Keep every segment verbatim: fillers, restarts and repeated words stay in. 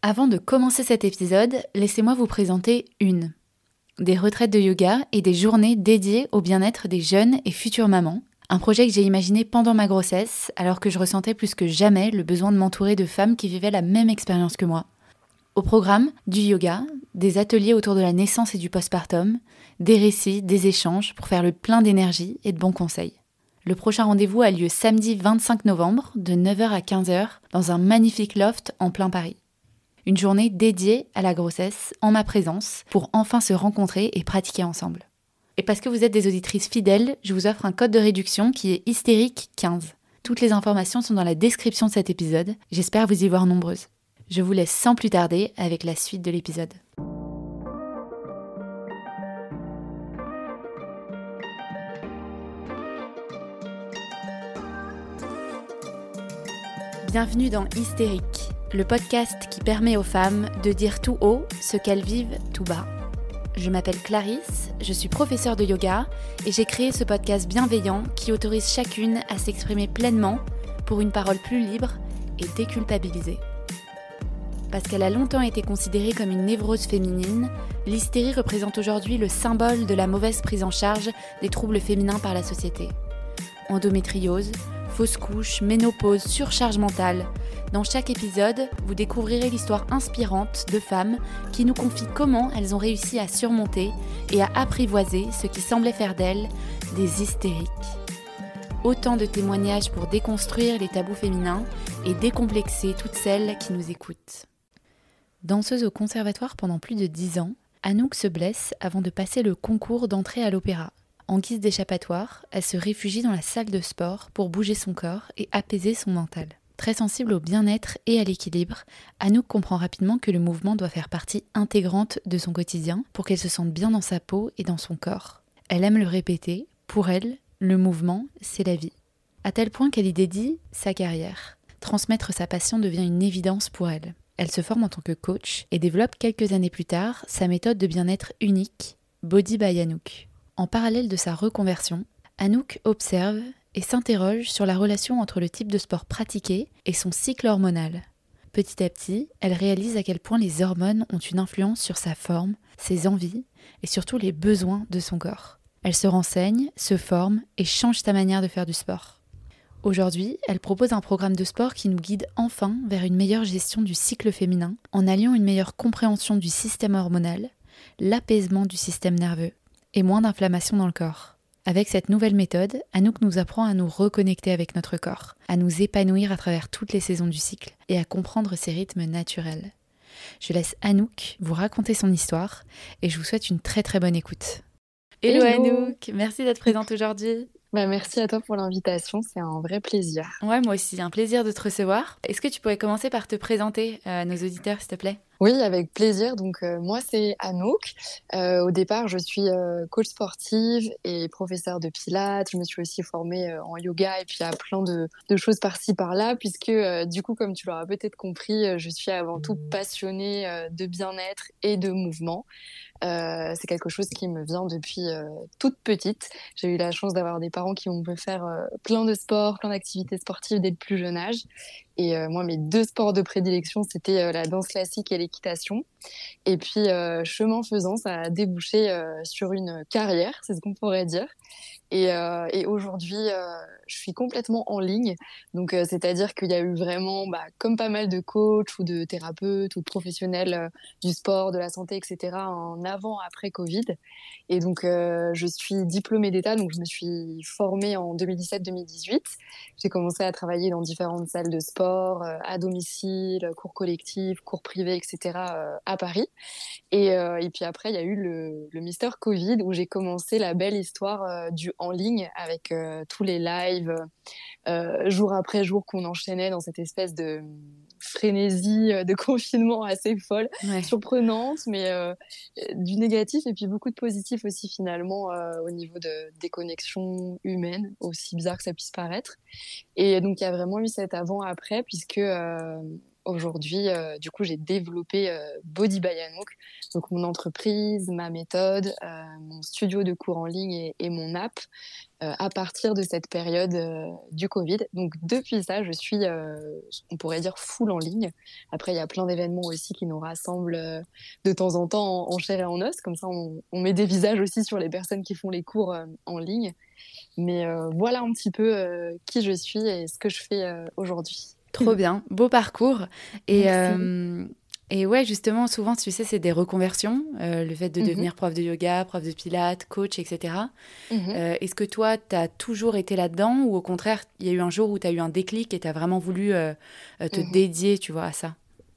Avant de commencer cet épisode, laissez-moi vous présenter une. Des retraites de yoga et des journées dédiées au bien-être des jeunes et futures mamans. Un projet que j'ai imaginé pendant ma grossesse, alors que je ressentais plus que jamais le besoin de m'entourer de femmes qui vivaient la même expérience que moi. Au programme, du yoga, des ateliers autour de la naissance et du postpartum, des récits, des échanges pour faire le plein d'énergie et de bons conseils. Le prochain rendez-vous a lieu samedi vingt-cinq novembre, de neuf heures à quinze heures, dans un magnifique loft en plein Paris. Une journée dédiée à la grossesse, en ma présence, pour enfin se rencontrer et pratiquer ensemble. Et parce que vous êtes des auditrices fidèles, je vous offre un code de réduction qui est hystérique quinze. Toutes les informations sont dans la description de cet épisode, j'espère vous y voir nombreuses. Je vous laisse sans plus tarder avec la suite de l'épisode. Bienvenue dans Hystérique, le podcast qui permet aux femmes de dire tout haut ce qu'elles vivent tout bas. Je m'appelle Clarisse, je suis professeure de yoga et j'ai créé ce podcast bienveillant qui autorise chacune à s'exprimer pleinement pour une parole plus libre et déculpabilisée. Parce qu'elle a longtemps été considérée comme une névrose féminine, l'hystérie représente aujourd'hui le symbole de la mauvaise prise en charge des troubles féminins par la société. Endométriose, fausse couche, ménopause, surcharge mentale. Dans chaque épisode, vous découvrirez l'histoire inspirante de femmes qui nous confient comment elles ont réussi à surmonter et à apprivoiser ce qui semblait faire d'elles des hystériques. Autant de témoignages pour déconstruire les tabous féminins et décomplexer toutes celles qui nous écoutent. Danseuse au conservatoire pendant plus de dix ans, Anouk se blesse avant de passer le concours d'entrée à l'opéra. En guise d'échappatoire, elle se réfugie dans la salle de sport pour bouger son corps et apaiser son mental. Très sensible au bien-être et à l'équilibre, Anouk comprend rapidement que le mouvement doit faire partie intégrante de son quotidien pour qu'elle se sente bien dans sa peau et dans son corps. Elle aime le répéter, pour elle, le mouvement, c'est la vie. À tel point qu'elle y dédie sa carrière. Transmettre sa passion devient une évidence pour elle. Elle se forme en tant que coach et développe quelques années plus tard sa méthode de bien-être unique, Body by Anouk. En parallèle de sa reconversion, Anouk observe et s'interroge sur la relation entre le type de sport pratiqué et son cycle hormonal. Petit à petit, elle réalise à quel point les hormones ont une influence sur sa forme, ses envies et surtout les besoins de son corps. Elle se renseigne, se forme et change sa manière de faire du sport. Aujourd'hui, elle propose un programme de sport qui nous guide enfin vers une meilleure gestion du cycle féminin en alliant une meilleure compréhension du système hormonal, l'apaisement du système nerveux et moins d'inflammation dans le corps. Avec cette nouvelle méthode, Anouk nous apprend à nous reconnecter avec notre corps, à nous épanouir à travers toutes les saisons du cycle et à comprendre ses rythmes naturels. Je laisse Anouk vous raconter son histoire et je vous souhaite une très très bonne écoute. Hello, Hello Anouk, merci d'être présente aujourd'hui. Bah, merci à toi pour l'invitation, c'est un vrai plaisir. Ouais, moi aussi, un plaisir de te recevoir. Est-ce que tu pourrais commencer par te présenter à nos auditeurs, s'il te plaît ? Oui, avec plaisir. Donc euh, moi, c'est Anouk. Euh, au départ, je suis euh, coach sportive et professeure de pilates. Je me suis aussi formée euh, en yoga et puis à plein de, de choses par-ci par-là, puisque euh, du coup, comme tu l'auras peut-être compris, euh, je suis avant tout passionnée euh, de bien-être et de mouvement. Euh, c'est quelque chose qui me vient depuis euh, toute petite. J'ai eu la chance d'avoir des parents qui m'ont fait faire euh, plein de sports, plein d'activités sportives dès le plus jeune âge. Et euh, moi, mes deux sports de prédilection, c'était euh, la danse classique et l'équitation. Et puis, euh, chemin faisant, ça a débouché euh, sur une carrière, c'est ce qu'on pourrait dire. Et, euh, et aujourd'hui, euh, je suis complètement en ligne. Donc, euh, c'est-à-dire qu'il y a eu vraiment, bah, comme pas mal de coachs ou de thérapeutes ou de professionnels euh, du sport, de la santé, et cetera, en avant, après Covid. Et donc, euh, je suis diplômée d'État, donc je me suis formée en deux mille dix-sept deux mille dix-huit. J'ai commencé à travailler dans différentes salles de sport, euh, à domicile, cours collectifs, cours privés, et cetera, euh, à Paris. Et, euh, et puis après, il y a eu le, le Mister Covid où j'ai commencé la belle histoire euh, du en ligne avec euh, tous les lives euh, jour après jour qu'on enchaînait dans cette espèce de frénésie euh, de confinement assez folle, Ouais. surprenante, mais euh, du négatif et puis beaucoup de positif aussi finalement euh, au niveau de, des connexions humaines, aussi bizarre que ça puisse paraître. Et donc il y a vraiment eu cet avant-après puisque euh, aujourd'hui, euh, du coup, j'ai développé euh, Body by Anouk, donc mon entreprise, ma méthode, euh, mon studio de cours en ligne et, et mon app euh, à partir de cette période euh, du Covid. Donc depuis ça, je suis, euh, on pourrait dire, full en ligne. Après, il y a plein d'événements aussi qui nous rassemblent euh, de temps en temps en, en chair et en os. Comme ça, on, on met des visages aussi sur les personnes qui font les cours euh, en ligne. Mais euh, voilà un petit peu euh, qui je suis et ce que je fais euh, aujourd'hui. Trop bien, beau parcours. Et, Merci. euh, et ouais, justement, souvent, tu sais, c'est des reconversions, euh, le fait de Mhm, devenir prof de yoga, prof de pilates, coach, et cetera. mhm, Euh, est-ce que toi, tu as toujours été là-dedans ou au contraire, il y a eu un jour où tu as eu un déclic et tu as vraiment voulu euh, euh, te mhm. dédier, tu vois, à ça?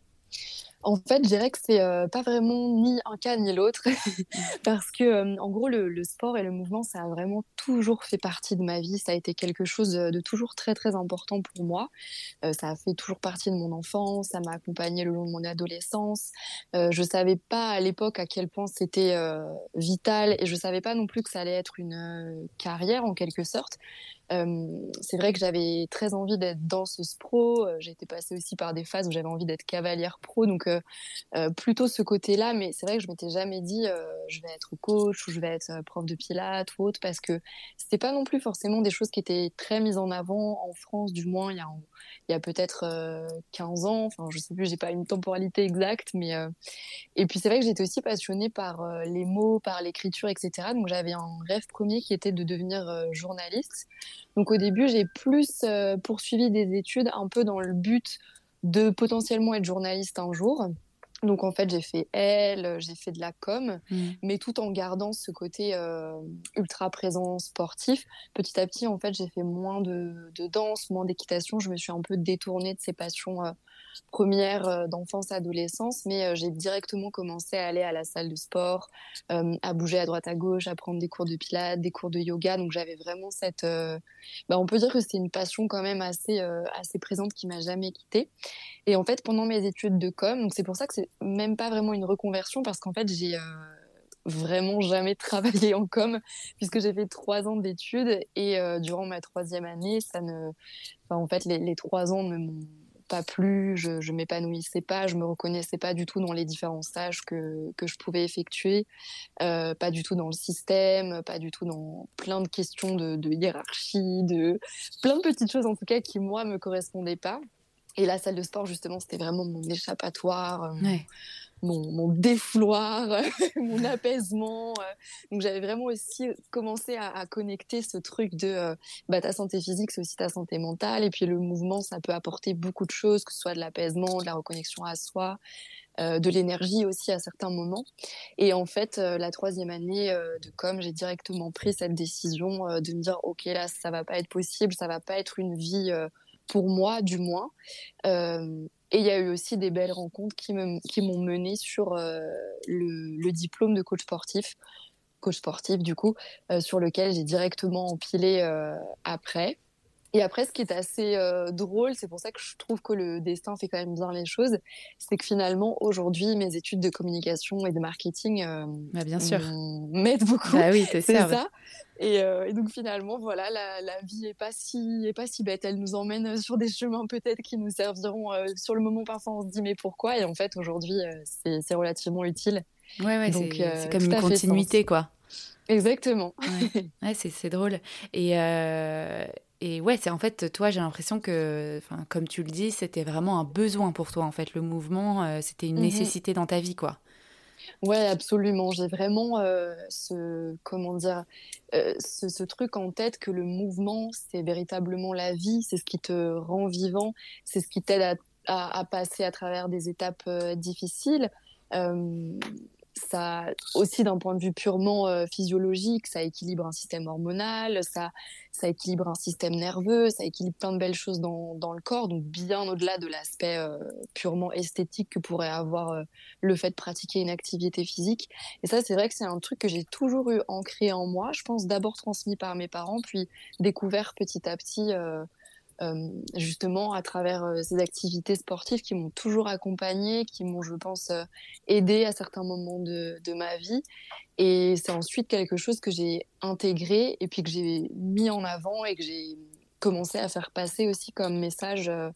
En fait, je dirais que c'est euh, pas vraiment ni un cas ni l'autre, parce que euh, en gros, le, le sport et le mouvement, ça a vraiment toujours fait partie de ma vie. Ça a été quelque chose de, de toujours très très important pour moi. Euh, ça a fait toujours partie de mon enfance, ça m'a accompagnée le long de mon adolescence. Euh, je savais pas à l'époque à quel point c'était euh, vital, et je savais pas non plus que ça allait être une euh, carrière en quelque sorte. Euh, c'est vrai que j'avais très envie d'être danseuse pro. Euh, J'ai été passée aussi par des phases où j'avais envie d'être cavalière pro. Donc, euh, euh, plutôt ce côté-là. Mais c'est vrai que je m'étais jamais dit, euh, je vais être coach ou je vais être euh, prof de pilates ou autre, parce que c'était pas non plus forcément des choses qui étaient très mises en avant en France, du moins, il y a, il y a peut-être euh, quinze ans. Enfin, je sais plus, j'ai pas une temporalité exacte, mais euh, et puis c'est vrai que j'étais aussi passionnée par euh, les mots, par l'écriture, et cetera. Donc j'avais un rêve premier qui était de devenir euh, journaliste. Donc au début, j'ai plus euh, poursuivi des études un peu dans le but de potentiellement être journaliste un jour. Donc en fait, j'ai fait L, j'ai fait de la com, Mm. mais tout en gardant ce côté euh, ultra présent sportif. Petit à petit, en fait, j'ai fait moins de, de danse, moins d'équitation. Je me suis un peu détournée de ces passions euh, première euh, d'enfance, adolescence, mais euh, j'ai directement commencé à aller à la salle de sport, euh, à bouger à droite à gauche, à prendre des cours de pilates, des cours de yoga. Donc j'avais vraiment cette, euh, bah, on peut dire que c'était une passion quand même assez euh, assez présente qui m'a jamais quittée. Et en fait, pendant mes études de com, donc c'est pour ça que c'est même pas vraiment une reconversion, parce qu'en fait j'ai euh, vraiment jamais travaillé en com, puisque j'ai fait trois ans d'études, et euh, durant ma troisième année, ça ne, enfin, en fait, les, les trois ans ne m'ont pas plu, je, je m'épanouissais pas, je me reconnaissais pas du tout dans les différents stages que, que je pouvais effectuer, euh, pas du tout dans le système, pas du tout dans plein de questions de, de hiérarchie, de plein de petites choses en tout cas qui moi me correspondaient pas. Et la salle de sport, justement, c'était vraiment mon échappatoire, euh, Ouais. mon, mon défouloir, mon apaisement. euh. Donc j'avais vraiment aussi commencé à, à connecter ce truc de euh, bah, ta santé physique, c'est aussi ta santé mentale. Et puis le mouvement, ça peut apporter beaucoup de choses, que ce soit de l'apaisement, de la reconnexion à soi, euh, de l'énergie aussi à certains moments. Et en fait, euh, la troisième année euh, de com, j'ai directement pris cette décision euh, de me dire, ok, là, ça va pas être possible, ça va pas être une vie euh, pour moi, du moins. Euh, et il y a eu aussi des belles rencontres qui me, qui m'ont menée sur euh, le, le diplôme de coach sportif, coach sportif du coup, euh, sur lequel j'ai directement empilé euh, après. Et après, ce qui est assez euh, drôle, c'est pour ça que je trouve que le destin fait quand même bien les choses, c'est que finalement, aujourd'hui, mes études de communication et de marketing euh, Bah, bien sûr. m'aident beaucoup, Bah oui, te c'est servent. ça. Et, euh, et donc finalement, voilà, la, la vie est pas si, est pas si bête. Elle nous emmène sur des chemins peut-être qui nous serviront euh, sur le moment. Parfois, on se dit mais pourquoi? Et en fait, aujourd'hui, euh, c'est, c'est relativement utile. Ouais, ouais, Donc c'est, c'est euh, comme tout une à fait sens. continuité, quoi. Exactement. Ouais, ouais c'est, c'est drôle. Et, euh, et ouais, c'est en fait, toi, j'ai l'impression que, enfin, comme tu le dis, c'était vraiment un besoin pour toi, en fait. Le mouvement, euh, c'était une Mhm. nécessité dans ta vie, quoi. Ouais, absolument. J'ai vraiment euh, ce, comment dire, euh, ce, ce truc en tête que le mouvement, c'est véritablement la vie, c'est ce qui te rend vivant, c'est ce qui t'aide à, à, à passer à travers des étapes euh, difficiles. Euh, Ça, aussi d'un point de vue purement euh, physiologique, ça équilibre un système hormonal, ça, ça équilibre un système nerveux, ça équilibre plein de belles choses dans, dans le corps, donc bien au-delà de l'aspect euh, purement esthétique que pourrait avoir euh, le fait de pratiquer une activité physique. Et ça, c'est vrai que c'est un truc que j'ai toujours eu ancré en moi. Je pense d'abord transmis par mes parents, puis découvert petit à petit, euh, euh, justement à travers euh, ces activités sportives qui m'ont toujours accompagnée, qui m'ont, je pense, euh, aidée à certains moments de, de ma vie. Et c'est ensuite quelque chose que j'ai intégré et puis que j'ai mis en avant et que j'ai commencé à faire passer aussi comme message euh,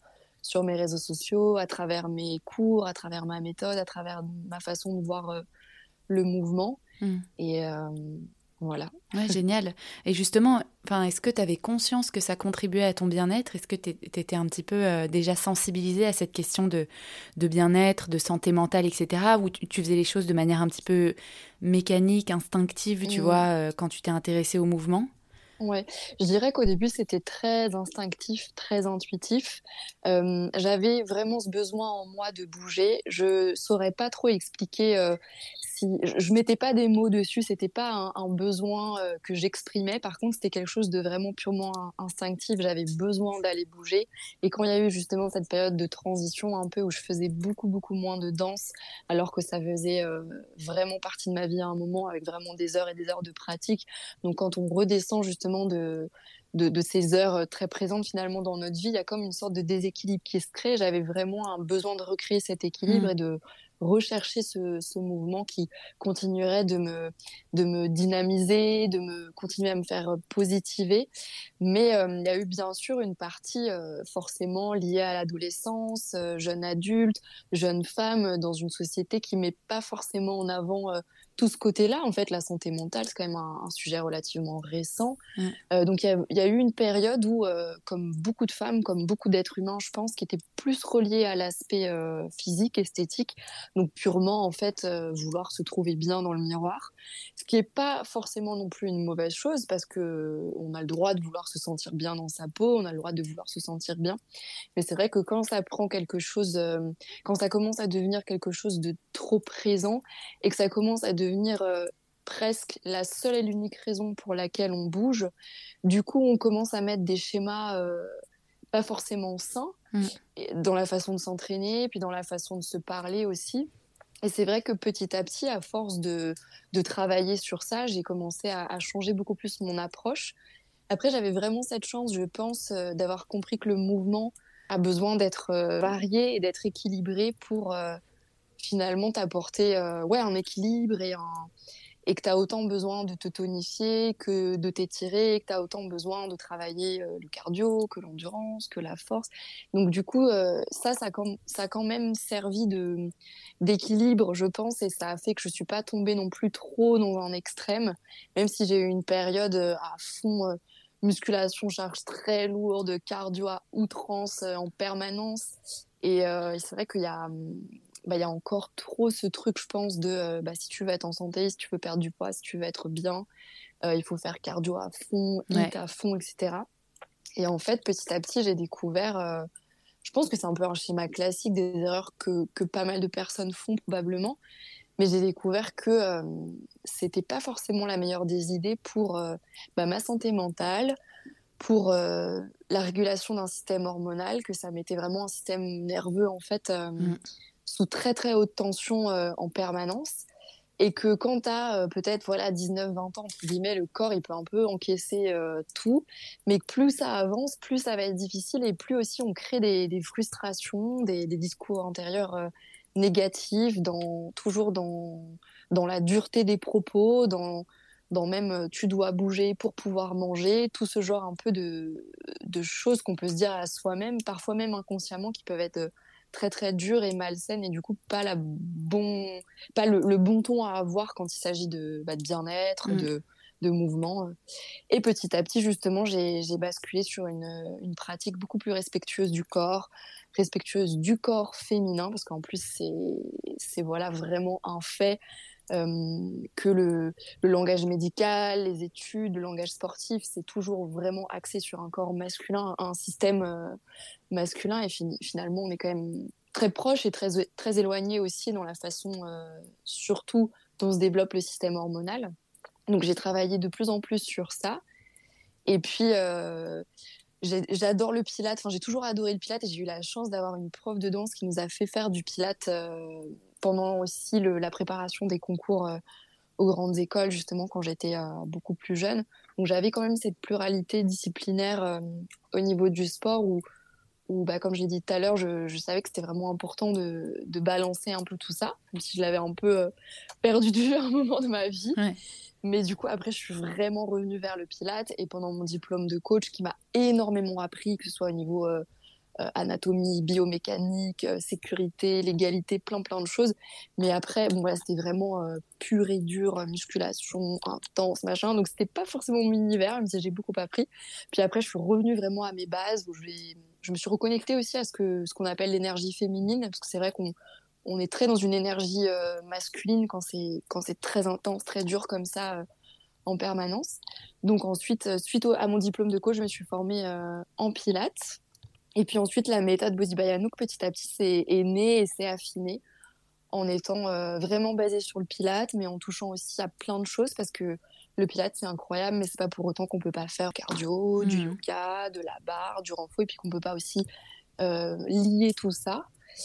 sur mes réseaux sociaux, à travers mes cours, à travers ma méthode, à travers ma façon de voir euh, le mouvement. Mmh. Et euh, voilà. Ouais, génial. Et justement, enfin, est-ce que tu avais conscience que ça contribuait à ton bien-être ? Est-ce que tu étais un petit peu euh, déjà sensibilisée à cette question de, de bien-être, de santé mentale, et cetera. Ou tu, tu faisais les choses de manière un petit peu mécanique, instinctive, tu mmh. vois, euh, quand tu t'es intéressée au mouvement ? Ouais, je dirais qu'au début, c'était très instinctif, très intuitif. Euh, j'avais vraiment ce besoin en moi de bouger. Je saurais pas trop expliquer euh, si... Je mettais pas des mots dessus, c'était pas un, un besoin euh, que j'exprimais. Par contre, c'était quelque chose de vraiment purement instinctif. J'avais besoin d'aller bouger. Et quand il y a eu justement cette période de transition un peu où je faisais beaucoup, beaucoup moins de danse, alors que ça faisait euh, vraiment partie de ma vie à un moment, avec vraiment des heures et des heures de pratique. Donc quand on redescend justement De, de, de ces heures très présentes finalement dans notre vie, il y a comme une sorte de déséquilibre qui se crée. J'avais vraiment un besoin de recréer cet équilibre mmh. et de rechercher ce, ce mouvement qui continuerait de me, de me dynamiser, de me continuer à me faire positiver. Mais euh, il y a eu bien sûr une partie euh, forcément liée à l'adolescence, euh, jeune adulte, jeune femme, dans une société qui met pas forcément en avant euh, tout ce côté-là. En fait, la santé mentale, c'est quand même un, un sujet relativement récent. Mmh. Euh, donc, il y, y a eu une période où, euh, comme beaucoup de femmes, comme beaucoup d'êtres humains, je pense, qui étaient plus reliés à l'aspect euh, physique, esthétique, donc purement, en fait, euh, vouloir se trouver bien dans le miroir. Ce qui n'est pas forcément non plus une mauvaise chose, parce qu'on a le droit de vouloir se sentir bien dans sa peau, on a le droit de vouloir se sentir bien. Mais c'est vrai que quand ça prend quelque chose, euh, quand ça commence à devenir quelque chose de trop présent, et que ça commence à devenir euh, presque la seule et l'unique raison pour laquelle on bouge, du coup on commence à mettre des schémas euh, pas forcément sains mmh. dans la façon de s'entraîner, puis dans la façon de se parler aussi. Et c'est vrai que petit à petit, à force de, de travailler sur ça, j'ai commencé à, à changer beaucoup plus mon approche. Après, j'avais vraiment cette chance, je pense, euh, d'avoir compris que le mouvement a besoin d'être euh, varié et d'être équilibré pour euh, finalement t'apporter euh, ouais, un équilibre et, un... et que tu as autant besoin de te tonifier que de t'étirer, et que tu as autant besoin de travailler euh, le cardio, que l'endurance, que la force. Donc du coup, euh, ça, ça, com- ça a quand même servi de, d'équilibre, je pense, et ça a fait que je ne suis pas tombée non plus trop dans un extrême, même si j'ai eu une période euh, à fond... Euh, musculation, charge très lourde, cardio à outrance euh, en permanence. Et, euh, et c'est vrai qu'il y a, bah, il y a encore trop ce truc, je pense, de euh, bah, si tu veux être en santé, si tu veux perdre du poids, si tu veux être bien, euh, il faut faire cardio à fond, hit ouais. à fond, et cetera. Et en fait, petit à petit, j'ai découvert... Euh, je pense que c'est un peu un schéma classique des erreurs que, que pas mal de personnes font probablement. Mais j'ai découvert que euh, c'était pas forcément la meilleure des idées pour euh, bah, ma santé mentale, pour euh, la régulation d'un système hormonal, que ça mettait vraiment un système nerveux en fait euh, mmh. sous très très haute tension euh, en permanence. Et que quand tu as euh, peut-être voilà, dix-neuf vingt ans, entre guillemets, le corps il peut un peu encaisser euh, tout, mais que plus ça avance, plus ça va être difficile et plus aussi on crée des, des frustrations, des, des discours intérieurs euh, négatif, dans, toujours dans, dans la dureté des propos, dans, dans même euh, tu dois bouger pour pouvoir manger, tout ce genre un peu de, de choses qu'on peut se dire à soi-même, parfois même inconsciemment, qui peuvent être très très dures et malsaines et du coup pas, la bon, pas le, le bon ton à avoir quand il s'agit de, bah, de bien-être, mmh. de, de mouvement. Et petit à petit, justement, j'ai, j'ai basculé sur une, une pratique beaucoup plus respectueuse du corps, respectueuse du corps féminin, parce qu'en plus, c'est, c'est voilà, vraiment un fait euh, que le, le langage médical, les études, le langage sportif, c'est toujours vraiment axé sur un corps masculin, un système euh, masculin, et fin, finalement, on est quand même très proche et très, très éloigné aussi dans la façon, euh, surtout, dont se développe le système hormonal. Donc, j'ai travaillé de plus en plus sur ça. Et puis, euh, j'ai, j'adore le Pilates. Enfin, j'ai toujours adoré le Pilates et j'ai eu la chance d'avoir une prof de danse qui nous a fait faire du Pilates euh, pendant aussi le, la préparation des concours euh, aux grandes écoles, justement, quand j'étais euh, beaucoup plus jeune. Donc, j'avais quand même cette pluralité disciplinaire euh, au niveau du sport où, où bah, comme j'ai dit tout à l'heure, je, je savais que c'était vraiment important de, de balancer un peu tout ça, même si je l'avais un peu euh, perdu de vue à un moment de ma vie. Ouais. Mais du coup, après, je suis vraiment revenue vers le Pilates. Et pendant mon diplôme de coach, qui m'a énormément appris, que ce soit au niveau euh, euh, anatomie, biomécanique, euh, sécurité, légalité, plein plein de choses. Mais après, bon, voilà, c'était vraiment euh, pur et dur, euh, musculation, intense, machin. Donc, c'était pas forcément mon univers, même si j'ai beaucoup appris. Puis après, je suis revenue vraiment à mes bases, où je, vais... je me suis reconnectée aussi à ce que ce qu'on appelle l'énergie féminine, parce que c'est vrai qu'on on est très dans une énergie euh, masculine quand c'est quand c'est très intense, très dur comme ça euh, en permanence. Donc ensuite, euh, suite au- à mon diplôme de coach, je me suis formée euh, en pilates. Et puis ensuite, la méthode Body by Anouk, petit à petit, c'est, est née et s'est affinée en étant euh, vraiment basée sur le pilate, mais en touchant aussi à plein de choses parce que le pilate, c'est incroyable, mais c'est pas pour autant qu'on peut pas faire cardio, du Mmh. yoga, de la barre, du renfo, et puis qu'on peut pas aussi euh, lier tout ça.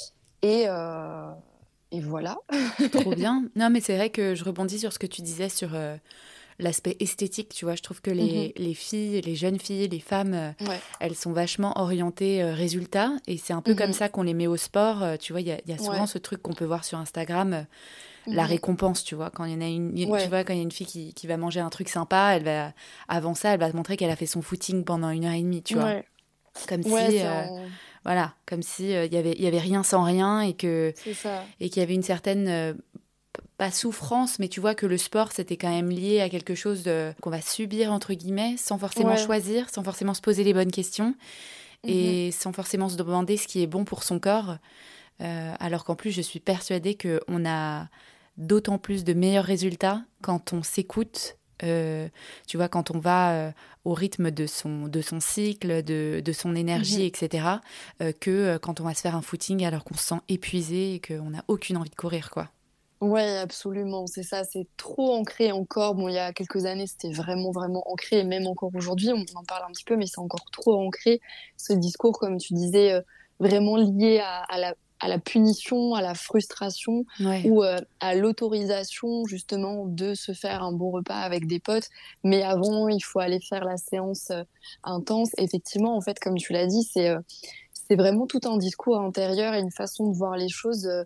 Et, euh, et voilà. Trop bien. Non, mais c'est vrai que je rebondis sur ce que tu disais sur euh, l'aspect esthétique, tu vois. Je trouve que Mhm. les, les filles, les jeunes filles, les femmes, euh, Ouais. elles sont vachement orientées euh, résultats. Et c'est un peu comme Mhm. ça qu'on les met au sport. Euh, tu vois, il y a, il y a souvent Ouais. ce truc qu'on peut voir sur Instagram, euh, la Mhm. récompense, tu vois. Quand il y en a une, tu Ouais. vois, quand il y a une fille qui, qui va manger un truc sympa, elle va, avant ça, elle va te montrer qu'elle a fait son footing pendant une heure et demie, tu vois. Ouais. Comme Ouais, si, c'est euh, en... voilà, comme si euh, il y avait, il y avait rien sans rien et que, c'est ça. et qu'il y avait une certaine euh, pas souffrance, mais tu vois que le sport, c'était quand même lié à quelque chose de- qu'on va subir, entre guillemets, sans forcément Ouais. choisir, sans forcément se poser les bonnes questions Mhm. et sans forcément se demander ce qui est bon pour son corps. Euh, alors qu'en plus, je suis persuadée qu'on a d'autant plus de meilleurs résultats quand on s'écoute. Euh, tu vois, quand on va euh, au rythme de son, de son cycle, de, de son énergie, Mhm. et cetera, euh, que euh, quand on va se faire un footing alors qu'on se sent épuisé et qu'on n'a aucune envie de courir, quoi. Ouais, absolument. C'est ça, c'est trop ancré encore. Bon, il y a quelques années, c'était vraiment, vraiment ancré. Et même encore aujourd'hui, on en parle un petit peu, mais c'est encore trop ancré. Ce discours, comme tu disais, euh, vraiment lié à, à la, à la punition, à la frustration Ouais. ou euh, à l'autorisation, justement, de se faire un bon repas avec des potes. Mais avant, il faut aller faire la séance euh, intense. Effectivement, en fait, comme tu l'as dit, c'est, euh, c'est vraiment tout un discours intérieur et une façon de voir les choses. euh,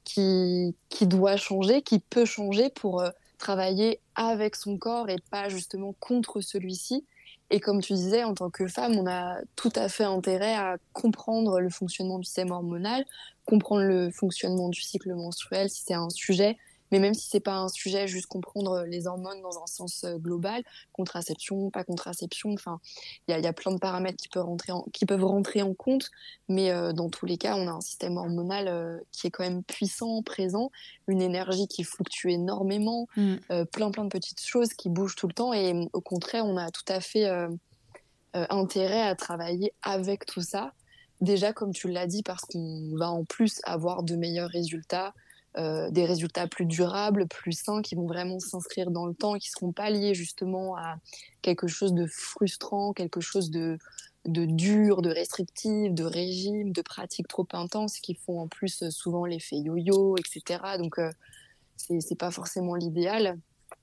qui, qui doit changer, qui peut changer pour euh, travailler avec son corps et pas justement contre celui-ci. Et comme tu disais, en tant que femme, on a tout à fait intérêt à comprendre le fonctionnement du système hormonal, comprendre le fonctionnement du cycle menstruel si c'est un sujet, mais même si c'est pas un sujet, juste comprendre les hormones dans un sens euh, global, contraception, pas contraception, enfin, il y a, y a plein de paramètres qui peuvent rentrer en, qui peuvent rentrer en compte, mais euh, dans tous les cas, on a un système hormonal euh, qui est quand même puissant, présent, une énergie qui fluctue énormément, Mm. euh, plein plein de petites choses qui bougent tout le temps, et euh, au contraire, on a tout à fait euh, euh, intérêt à travailler avec tout ça. Déjà, comme tu l'as dit, parce qu'on va en plus avoir de meilleurs résultats, euh, des résultats plus durables, plus sains, qui vont vraiment s'inscrire dans le temps, qui seront pas liés justement à quelque chose de frustrant, quelque chose de, de dur, de restrictif, de régime, de pratiques trop intenses, qui font en plus euh, souvent l'effet yo-yo, et cetera. Donc, euh, c'est c'est pas forcément l'idéal.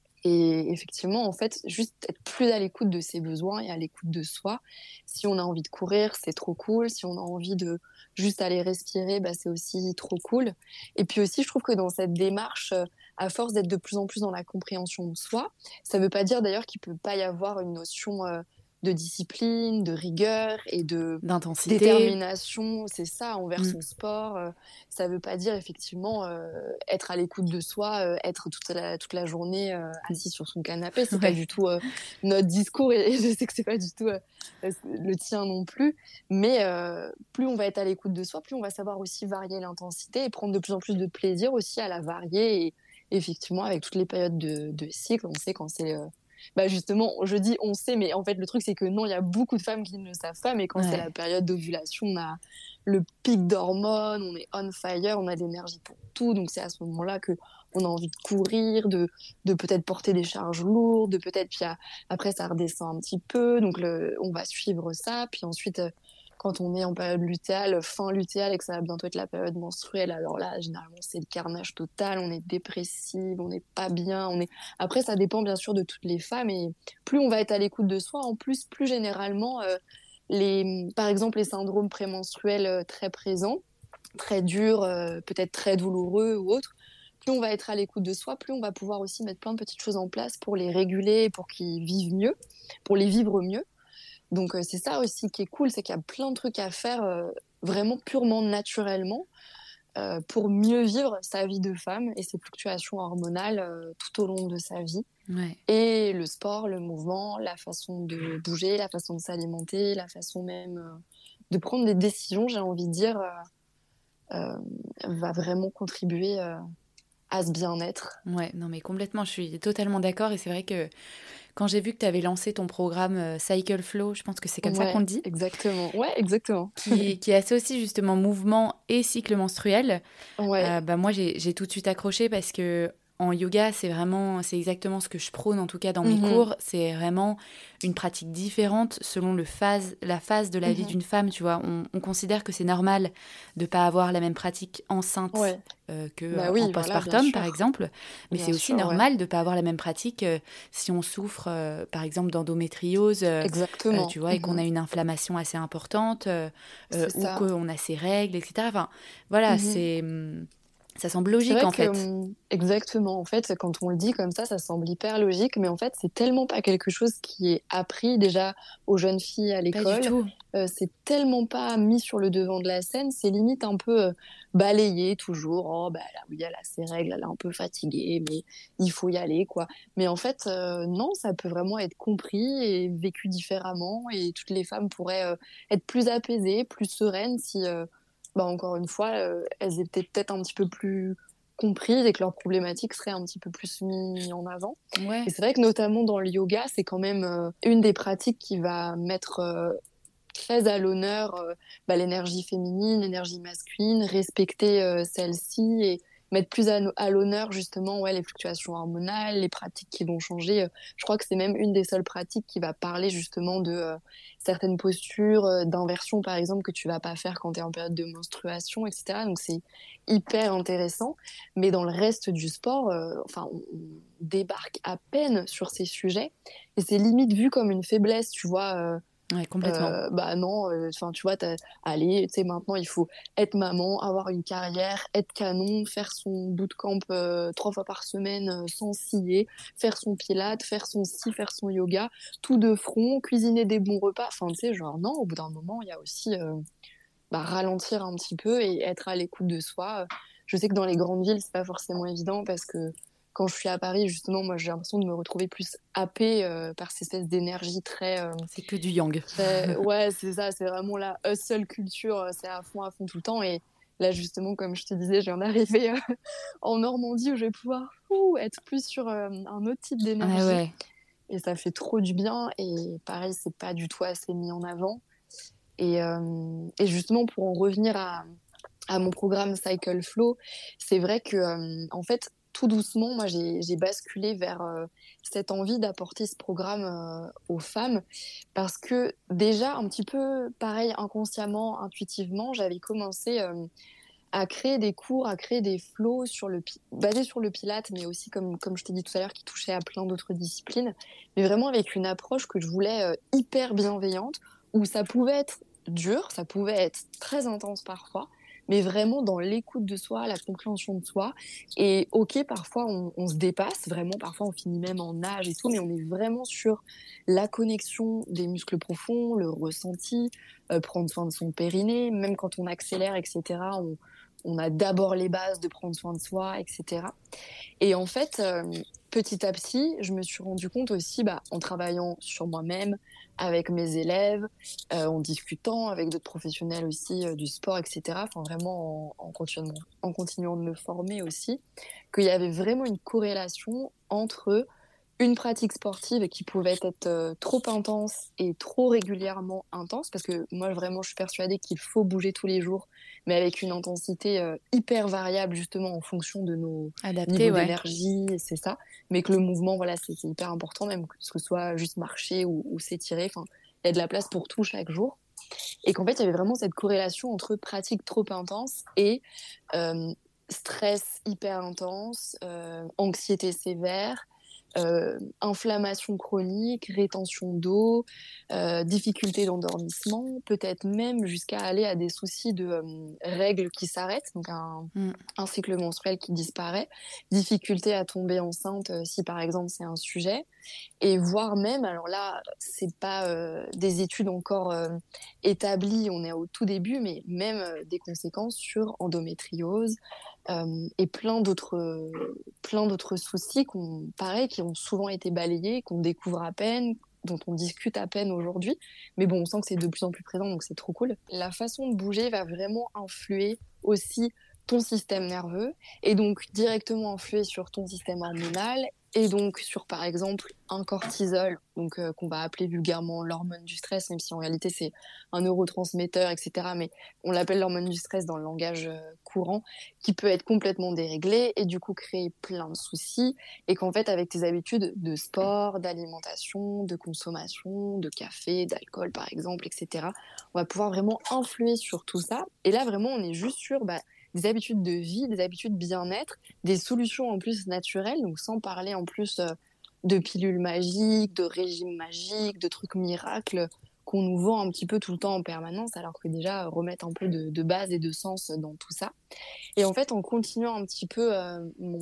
Et effectivement, en fait, juste être plus à l'écoute de ses besoins et à l'écoute de soi. Si on a envie de courir, c'est trop cool. Si on a envie de juste aller respirer, bah, c'est aussi trop cool. Et puis aussi, je trouve que dans cette démarche, euh, à force d'être de plus en plus dans la compréhension de soi, ça ne veut pas dire d'ailleurs qu'il peut pas y avoir une notion euh, de discipline, de rigueur et de D'intensité. détermination, c'est ça, envers Mm. son sport. Euh, ça veut pas dire effectivement euh, être à l'écoute de soi, euh, être toute la, toute la journée euh, assis sur son canapé. C'est pas Ouais. du tout euh, notre discours et, et je sais que c'est pas du tout euh, le tien non plus. Mais euh, plus on va être à l'écoute de soi, plus on va savoir aussi varier l'intensité et prendre de plus en plus de plaisir aussi à la varier. Et effectivement, avec toutes les périodes de, de cycle, on sait quand c'est... Euh, bah justement, je dis on sait, mais en fait le truc c'est que non, il y a beaucoup de femmes qui ne le savent pas, mais quand c'est la Ouais. période d'ovulation, on a le pic d'hormones, on est on fire, on a de l'énergie pour tout, donc c'est à ce moment-là que on a envie de courir, de, de peut-être porter des charges lourdes, de peut-être, puis à- après ça redescend un petit peu, donc le, on va suivre ça, puis ensuite euh, quand on est en période lutéale, fin lutéale et que ça va bientôt être la période menstruelle, alors là généralement c'est le carnage total, on est dépressive, on n'est pas bien, on est après, ça dépend bien sûr de toutes les femmes et plus on va être à l'écoute de soi, en plus, plus généralement, euh, les, par exemple, les syndromes prémenstruels euh, très présents, très durs, euh, peut-être très douloureux ou autres, plus on va être à l'écoute de soi, plus on va pouvoir aussi mettre plein de petites choses en place pour les réguler, pour qu'ils vivent mieux, pour les vivre mieux. Donc euh, c'est ça aussi qui est cool, c'est qu'il y a plein de trucs à faire euh, vraiment purement naturellement, euh, pour mieux vivre sa vie de femme et ses fluctuations hormonales euh, tout au long de sa vie. Ouais. Et le sport, le mouvement, la façon de bouger, la façon de s'alimenter, la façon même euh, de prendre des décisions, j'ai envie de dire, euh, euh, va vraiment contribuer euh, à ce bien-être. Ouais, non mais complètement, je suis totalement d'accord et c'est vrai que quand j'ai vu que tu avais lancé ton programme euh, Cycle Flow, je pense que c'est comme ça qu'on Ouais, le dit, exactement. Ouais, exactement. qui, qui associe justement mouvement et cycle menstruel, Ouais. euh, bah moi j'ai, j'ai tout de suite accroché parce que en yoga, c'est vraiment, c'est exactement ce que je prône en tout cas dans mes Mhm, cours. C'est vraiment une pratique différente selon le phase, la phase de la vie mhm. d'une femme. Tu vois, on, on considère que c'est normal de pas avoir la même pratique enceinte Ouais. euh, que euh, Bah en oui, voilà, bien postpartum par sûr. exemple, mais Bien c'est aussi sûr, ouais. normal de pas avoir la même pratique euh, si on souffre euh, par exemple d'endométriose, euh, euh, Exactement. tu vois, et qu'on Mhm. a une inflammation assez importante euh, euh, C'est ou ça. qu'on a ses règles, et cetera. Enfin, voilà, Mhm. c'est hum, ça semble C'est logique vrai en que, fait. hum, exactement, en fait, quand on le dit comme ça, ça semble hyper logique, mais en fait, c'est tellement pas quelque chose qui est appris déjà aux jeunes filles à Pas du l'école. tout. Euh, c'est tellement pas mis sur le devant de la scène, c'est limite un peu euh, balayé toujours. Oh, bah là, oui, elle a ses règles, elle est un peu fatiguée, mais il faut y aller, quoi. Mais en fait, euh, non, ça peut vraiment être compris et vécu différemment, et toutes les femmes pourraient euh, être plus apaisées, plus sereines si, euh, bah, encore une fois, euh, elles étaient peut-être un petit peu plus comprises et que leurs problématiques seraient un petit peu plus mises en avant. Et Ouais. c'est vrai que notamment dans le yoga, c'est quand même euh, une des pratiques qui va mettre euh, très à l'honneur euh, bah, l'énergie féminine, l'énergie masculine, respecter euh, celle-ci et mettre plus à, à l'honneur justement ouais, les fluctuations hormonales, les pratiques qui vont changer. Euh, Je crois que c'est même une des seules pratiques qui va parler justement de euh, certaines postures, euh, d'inversion par exemple, que tu vas pas faire quand tu es en période de menstruation, et cetera. Donc c'est hyper intéressant. Mais dans le reste du sport, euh, enfin, on, on débarque à peine sur ces sujets et c'est limite vu comme une faiblesse, tu vois. Euh, Ouais, complètement. euh, bah non, enfin tu vois, t'as- allez, tu sais maintenant il faut être maman, avoir une carrière, être canon, faire son bootcamp euh, trois fois par semaine euh, sans scier, faire son pilate, faire son ci, faire son yoga, tout de front, cuisiner des bons repas. Enfin tu sais, genre non, au bout d'un moment il y a aussi euh, bah, ralentir un petit peu et être à l'écoute de soi. Je sais que dans les grandes villes c'est pas forcément évident parce que quand je suis à Paris, justement, moi, j'ai l'impression de me retrouver plus happée euh, par cette espèce d'énergie très, euh, C'est que du yang. très... Ouais, c'est ça, c'est vraiment la hustle culture, euh, c'est à fond, à fond tout le temps. Et là, justement, comme je te disais, je viens d'arriver euh, en Normandie où je vais pouvoir ouh, être plus sur euh, un autre type Ah d'énergie. ouais. Et ça fait trop du bien. Et pareil, c'est pas du tout assez mis en avant. Et, euh, et justement, pour en revenir à, à mon programme Cycle Flow, c'est vrai que, euh, en fait, tout doucement, moi, j'ai, j'ai basculé vers euh, cette envie d'apporter ce programme euh, aux femmes parce que déjà, un petit peu pareil, inconsciemment, intuitivement, j'avais commencé euh, à créer des cours, à créer des flows sur le, pi- basés sur le pilate, mais aussi, comme, comme je t'ai dit tout à l'heure, qui touchaient à plein d'autres disciplines, mais vraiment avec une approche que je voulais euh, hyper bienveillante, où ça pouvait être dur, ça pouvait être très intense parfois, mais vraiment dans l'écoute de soi, la compréhension de soi. Et ok, parfois on, on se dépasse, vraiment, parfois on finit même en nage et tout, mais on est vraiment sur la connexion des muscles profonds, le ressenti, euh, prendre soin de son périnée, même quand on accélère, et cetera. On, on a d'abord les bases de prendre soin de soi, et cetera. Et en fait, euh, petit à petit, je me suis rendu compte aussi, bah, en travaillant sur moi-même, avec mes élèves, euh, en discutant avec d'autres professionnels aussi euh, du sport, et cetera. Enfin, vraiment en, en, continuant, en continuant de me former aussi, qu'il y avait vraiment une corrélation entre une pratique sportive qui pouvait être euh, trop intense et trop régulièrement intense, parce que moi vraiment je suis persuadée qu'il faut bouger tous les jours, mais avec une intensité euh, hyper variable justement en fonction de nos Adapté, niveaux ouais. d'énergie, c'est ça, mais que le mouvement, voilà, c'est c'est hyper important, même que ce soit juste marcher ou, ou s'étirer, enfin, il y a de la place pour tout chaque jour, et qu'en fait il y avait vraiment cette corrélation entre pratique trop intense et euh, stress hyper intense, euh, anxiété sévère, euh, inflammation chronique, rétention d'eau, euh, difficulté d'endormissement, peut-être même jusqu'à aller à des soucis de euh, règles qui s'arrêtent, donc un, mm. un cycle menstruel qui disparaît, difficulté à tomber enceinte euh, si par exemple c'est un sujet, et voire même, alors là c'est pas euh, des études encore euh, établies, on est au tout début, mais même euh, des conséquences sur endométriose euh, et plein d'autres euh, plein d'autres soucis qu'on pareil qui ont souvent été balayés, qu'on découvre à peine, dont on discute à peine aujourd'hui, mais bon, on sent que c'est de plus en plus présent, donc c'est trop cool. La façon de bouger va vraiment influer aussi ton système nerveux, et donc directement influer sur ton système hormonal, et donc sur, par exemple, un cortisol, donc euh, qu'on va appeler vulgairement l'hormone du stress, même si en réalité c'est un neurotransmetteur, et cetera. Mais on l'appelle l'hormone du stress dans le langage euh, courant, qui peut être complètement déréglé et du coup créer plein de soucis, et qu'en fait, avec tes habitudes de sport, d'alimentation, de consommation, de café, d'alcool, par exemple, et cetera, on va pouvoir vraiment influer sur tout ça. Et là, vraiment, on est juste sur... Bah, des habitudes de vie, des habitudes bien-être, des solutions en plus naturelles, donc sans parler en plus euh, de pilules magiques, de régimes magiques, de trucs miracles qu'on nous vend un petit peu tout le temps en permanence, alors que déjà euh, remettre un peu de, de base et de sens dans tout ça. Et en fait, en continuant un petit peu euh, mon,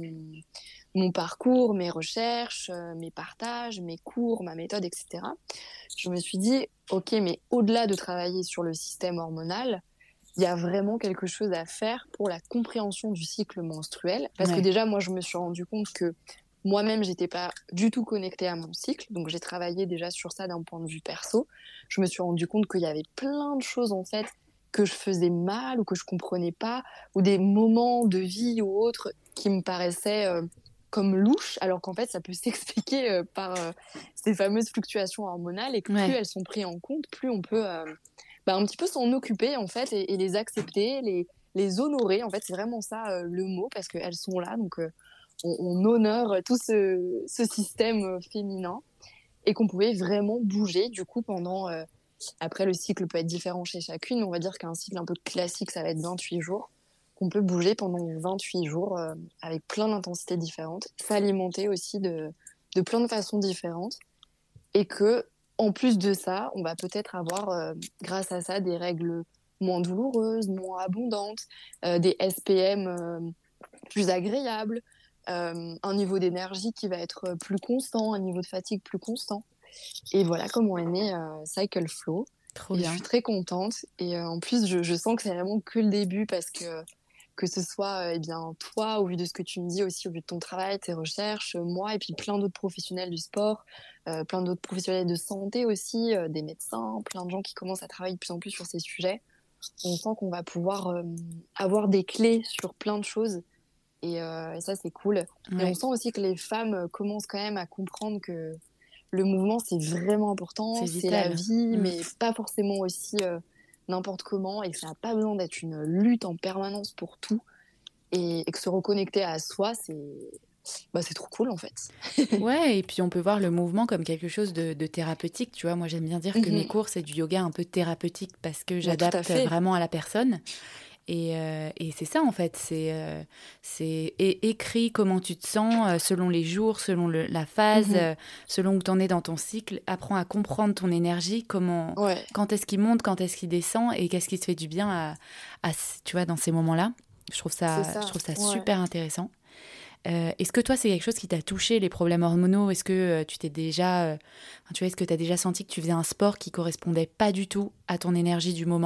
mon parcours, mes recherches, euh, mes partages, mes cours, ma méthode, et cetera, je me suis dit, ok, mais au-delà de travailler sur le système hormonal, il y a vraiment quelque chose à faire pour la compréhension du cycle menstruel. Parce ouais. que déjà, moi, je me suis rendu compte que moi-même, j'étais pas du tout connectée à mon cycle. Donc, j'ai travaillé déjà sur ça d'un point de vue perso. Je me suis rendu compte qu'il y avait plein de choses, en fait, que je faisais mal ou que je comprenais pas, ou des moments de vie ou autres qui me paraissaient euh, comme louches, alors qu'en fait, ça peut s'expliquer euh, par euh, ces fameuses fluctuations hormonales, et que ouais. plus elles sont prises en compte, plus on peut... Euh, Bah, un petit peu s'en occuper en fait, et, et les accepter, les, les honorer. En fait, c'est vraiment ça euh, le mot, parce qu'elles sont là, donc euh, on, on honore tout ce, ce système euh, féminin, et qu'on pouvait vraiment bouger du coup pendant... Euh, après, le cycle peut être différent chez chacune, on va dire qu'un cycle un peu classique, ça va être vingt-huit jours, qu'on peut bouger pendant vingt-huit jours euh, avec plein d'intensités différentes, s'alimenter aussi de, de plein de façons différentes, et que en plus de ça, on va peut-être avoir, euh, grâce à ça, des règles moins douloureuses, moins abondantes, euh, des S P M euh, plus agréables, euh, un niveau d'énergie qui va être plus constant, un niveau de fatigue plus constant. Et voilà comment est né euh, Cycle Flow. Trop et bien. Je suis très contente. Et euh, en plus, je, je sens que c'est vraiment que le début, parce que que ce soit euh, eh bien, toi, au vu de ce que tu me dis aussi, au vu de ton travail, tes recherches, euh, moi, et puis plein d'autres professionnels du sport, euh, plein d'autres professionnels de santé aussi, euh, des médecins, plein de gens qui commencent à travailler de plus en plus sur ces sujets. On sent qu'on va pouvoir euh, avoir des clés sur plein de choses, et, euh, et ça, c'est cool. Ouais. Et on sent aussi que les femmes commencent quand même à comprendre que le mouvement, c'est vraiment important, c'est, c'est la vie, mmh. mais pas forcément aussi... Euh, n'importe comment, et que ça n'a pas besoin d'être une lutte en permanence pour tout, et, et que se reconnecter à soi, c'est, bah, c'est trop cool en fait. Ouais, et puis on peut voir le mouvement comme quelque chose de, de thérapeutique, tu vois. Moi, j'aime bien dire que mm-hmm. mes cours, c'est du yoga un peu thérapeutique, parce que j'adapte bah, vraiment à la personne. Et, euh, et c'est ça, en fait. C'est, euh, c'est é- écrit comment tu te sens euh, selon les jours, selon le, la phase, mm-hmm. euh, selon où tu en es dans ton cycle. Apprends à comprendre ton énergie, comment, ouais. quand est-ce qu'il monte, quand est-ce qu'il descend, et qu'est-ce qui te fait du bien à, à, tu vois, dans ces moments-là. Je trouve ça, ça. Je trouve ça ouais. super intéressant. Euh, est-ce que toi, c'est quelque chose qui t'a touché, les problèmes hormonaux ? Est-ce que euh, tu t'es déjà... Euh, tu vois, est-ce que tu as déjà senti que tu faisais un sport qui correspondait pas du tout à ton énergie du moment ?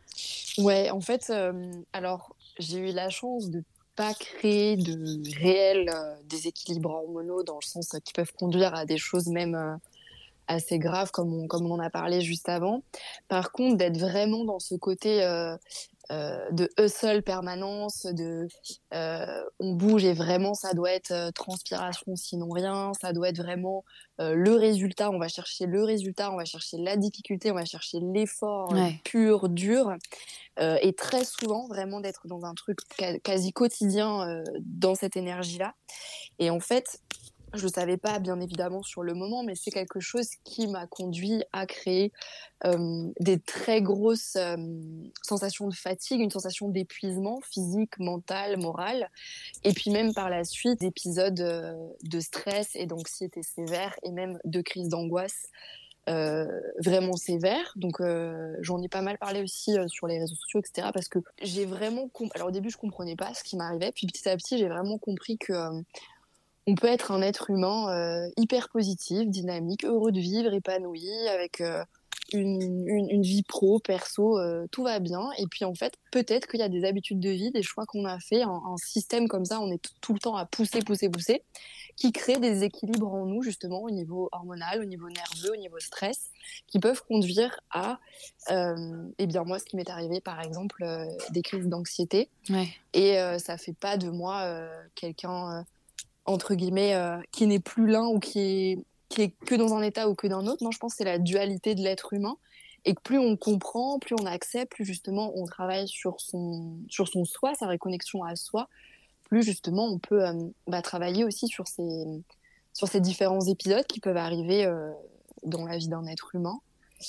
Ouais, en fait, euh, alors, j'ai eu la chance de pas créer de réels euh, déséquilibres hormonaux, dans le sens euh, qui peuvent conduire à des choses même euh, assez graves, comme on, comme on en a parlé juste avant. Par contre, d'être vraiment dans ce côté... Euh, Euh, de hustle permanence, de euh, on bouge, et vraiment ça doit être euh, transpiration sinon rien, ça doit être vraiment euh, le résultat, on va chercher le résultat, on va chercher la difficulté, on va chercher l'effort ouais. euh, pur, dur, euh, et très souvent vraiment d'être dans un truc quasi quotidien euh, dans cette énergie-là. Et en fait, Je le savais pas, bien évidemment, sur le moment, mais c'est quelque chose qui m'a conduit à créer euh, des très grosses euh, sensations de fatigue, une sensation d'épuisement physique, mental, moral, et puis même par la suite, d'épisodes euh, de stress et d'anxiété sévère, et même de crises d'angoisse euh, vraiment sévères. Donc euh, j'en ai pas mal parlé aussi euh, sur les réseaux sociaux, et cetera. Parce que j'ai vraiment... comp- Alors au début, je comprenais pas ce qui m'arrivait, puis petit à petit, j'ai vraiment compris que... euh, on peut être un être humain euh, hyper positif, dynamique, heureux de vivre, épanoui, avec euh, une, une, une vie pro, perso, euh, tout va bien. Et puis en fait, peut-être qu'il y a des habitudes de vie, des choix qu'on a fait, un, un système comme ça, on est t- tout le temps à pousser, pousser, pousser, qui crée des équilibres en nous, justement, au niveau hormonal, au niveau nerveux, au niveau stress, qui peuvent conduire à, euh, eh bien moi, ce qui m'est arrivé, par exemple, euh, des crises d'anxiété. Ouais. Et euh, ça fait pas de moi euh, quelqu'un... euh, entre guillemets, euh, qui n'est plus l'un ou qui est, qui est que dans un état ou que dans un autre. Non, je pense que c'est la dualité de l'être humain. Et que plus on comprend, plus on accepte, plus justement on travaille sur son, sur son soi, sa réconnexion à soi, plus justement on peut euh, bah, travailler aussi sur ces, sur ces différents épisodes qui peuvent arriver euh, dans la vie d'un être humain.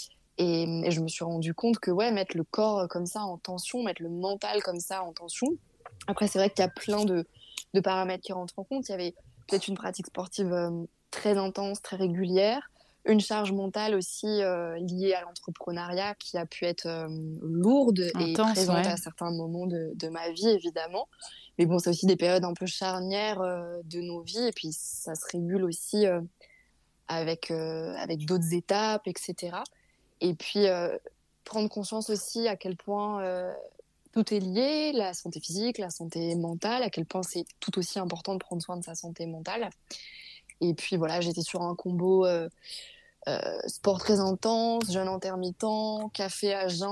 Et, et je me suis rendu compte que ouais, mettre le corps comme ça en tension, mettre le mental comme ça en tension. Après, c'est vrai qu'il y a plein de, de paramètres qui rentrent en compte. Il y avait peut-être une pratique sportive euh, très intense, très régulière, une charge mentale aussi euh, liée à l'entrepreneuriat qui a pu être euh, lourde et Intense, présente ouais. à certains moments de, de ma vie, évidemment. Mais bon, c'est aussi des périodes un peu charnières euh, de nos vies. Et puis, ça se régule aussi euh, avec, euh, avec d'autres étapes, et cetera. Et puis, euh, prendre conscience aussi à quel point euh, tout est lié, la santé physique, la santé mentale, à quel point c'est tout aussi important de prendre soin de sa santé mentale. Et puis voilà, j'étais sur un combo euh, euh, sport très intense, jeûne intermittent, café à jeun,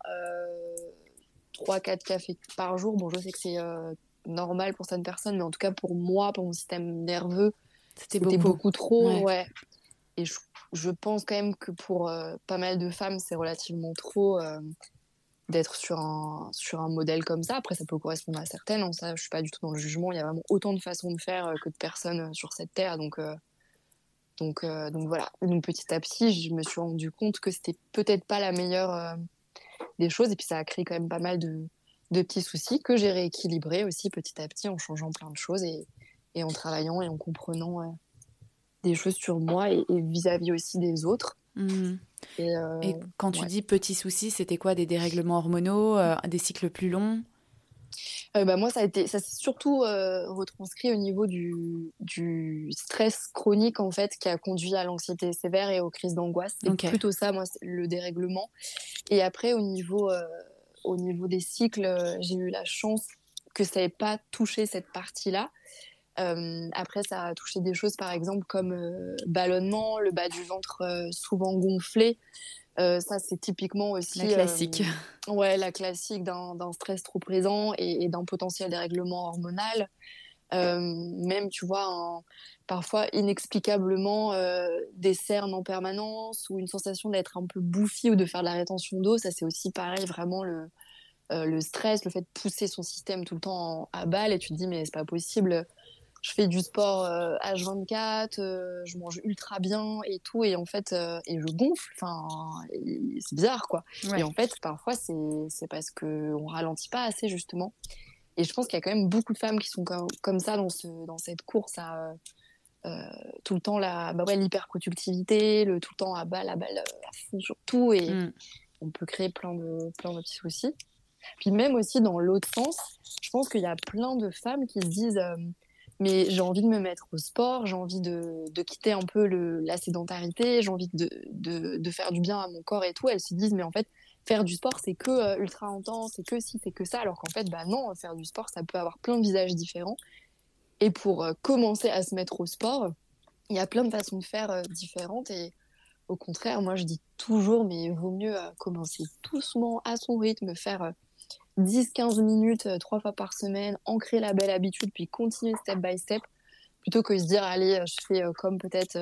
euh, trois quatre cafés par jour. Bon, je sais que c'est euh, normal pour certaines personnes, mais en tout cas pour moi, pour mon système nerveux, C'était c'était beaucoup. beaucoup trop. Ouais. Ouais. Et je, je pense quand même que pour euh, pas mal de femmes, c'est relativement trop euh, d'être sur un, sur un modèle comme ça. Après, ça peut correspondre à certaines. Hein, ça, je suis pas du tout dans le jugement. Il y a vraiment autant de façons de faire euh, que de personnes euh, sur cette terre. Donc, euh, donc, euh, donc voilà. Donc petit à petit, je me suis rendu compte que c'était peut-être pas la meilleure euh, des choses. Et puis ça a créé quand même pas mal de, de petits soucis que j'ai rééquilibrés aussi petit à petit en changeant plein de choses et, et en travaillant et en comprenant euh, des choses sur moi et, et vis-à-vis aussi des autres. Mmh. Et, euh, Et quand tu ouais. dis petits soucis, c'était quoi? Des dérèglements hormonaux, euh, des cycles plus longs? Euh, bah, moi, ça a été, ça s'est surtout euh, retranscrit au niveau du, du stress chronique en fait, qui a conduit à l'anxiété sévère et aux crises d'angoisse. C'est Ok. plutôt ça, moi, c'est le dérèglement. Et après, au niveau, euh, au niveau des cycles, euh, j'ai eu la chance que ça n'ait pas touché cette partie-là. Euh, après, ça a touché des choses, par exemple, comme euh, ballonnement, le bas du ventre euh, souvent gonflé. Euh, ça, c'est typiquement La aussi euh, classique. ouais, la classique d'un, d'un stress trop présent et, et d'un potentiel dérèglement hormonal. Euh, même, tu vois, un- parfois inexplicablement euh, des cernes en permanence ou une sensation d'être un peu bouffi ou de faire de la rétention d'eau. Ça, c'est aussi pareil, vraiment le, euh, le stress, le fait de pousser son système tout le temps en- à balle et tu te dis, mais c'est pas possible. Je fais du sport euh, H vingt-quatre, euh, je mange ultra bien et tout, et en fait, euh, et je gonfle. Enfin, et c'est bizarre, quoi. Et Ouais. en fait, parfois, c'est c'est parce que on ralentit pas assez, justement. Et je pense qu'il y a quand même beaucoup de femmes qui sont comme, comme ça dans ce dans cette course à euh, tout le temps la bah ouais, l'hyperproductivité, le tout le temps à balle, à balle, euh, à fond sur tout, et Mm. on peut créer plein de plein de petits soucis. Puis même aussi dans l'autre sens, je pense qu'il y a plein de femmes qui se disent euh, mais j'ai envie de me mettre au sport, j'ai envie de, de quitter un peu le, la sédentarité, j'ai envie de, de, de faire du bien à mon corps et tout. Elles se disent mais en fait faire du sport c'est que euh, ultra intense, c'est que si, c'est que ça, alors qu'en fait bah non, faire du sport ça peut avoir plein de visages différents. Et pour euh, commencer à se mettre au sport, il y a plein de façons de faire euh, différentes et au contraire, moi je dis toujours mais vaut mieux euh, commencer doucement à son rythme, faire euh, dix quinze minutes euh, trois fois par semaine, ancrer la belle habitude, puis continuer step by step, plutôt que se dire, allez, euh, je fais euh, comme peut-être euh,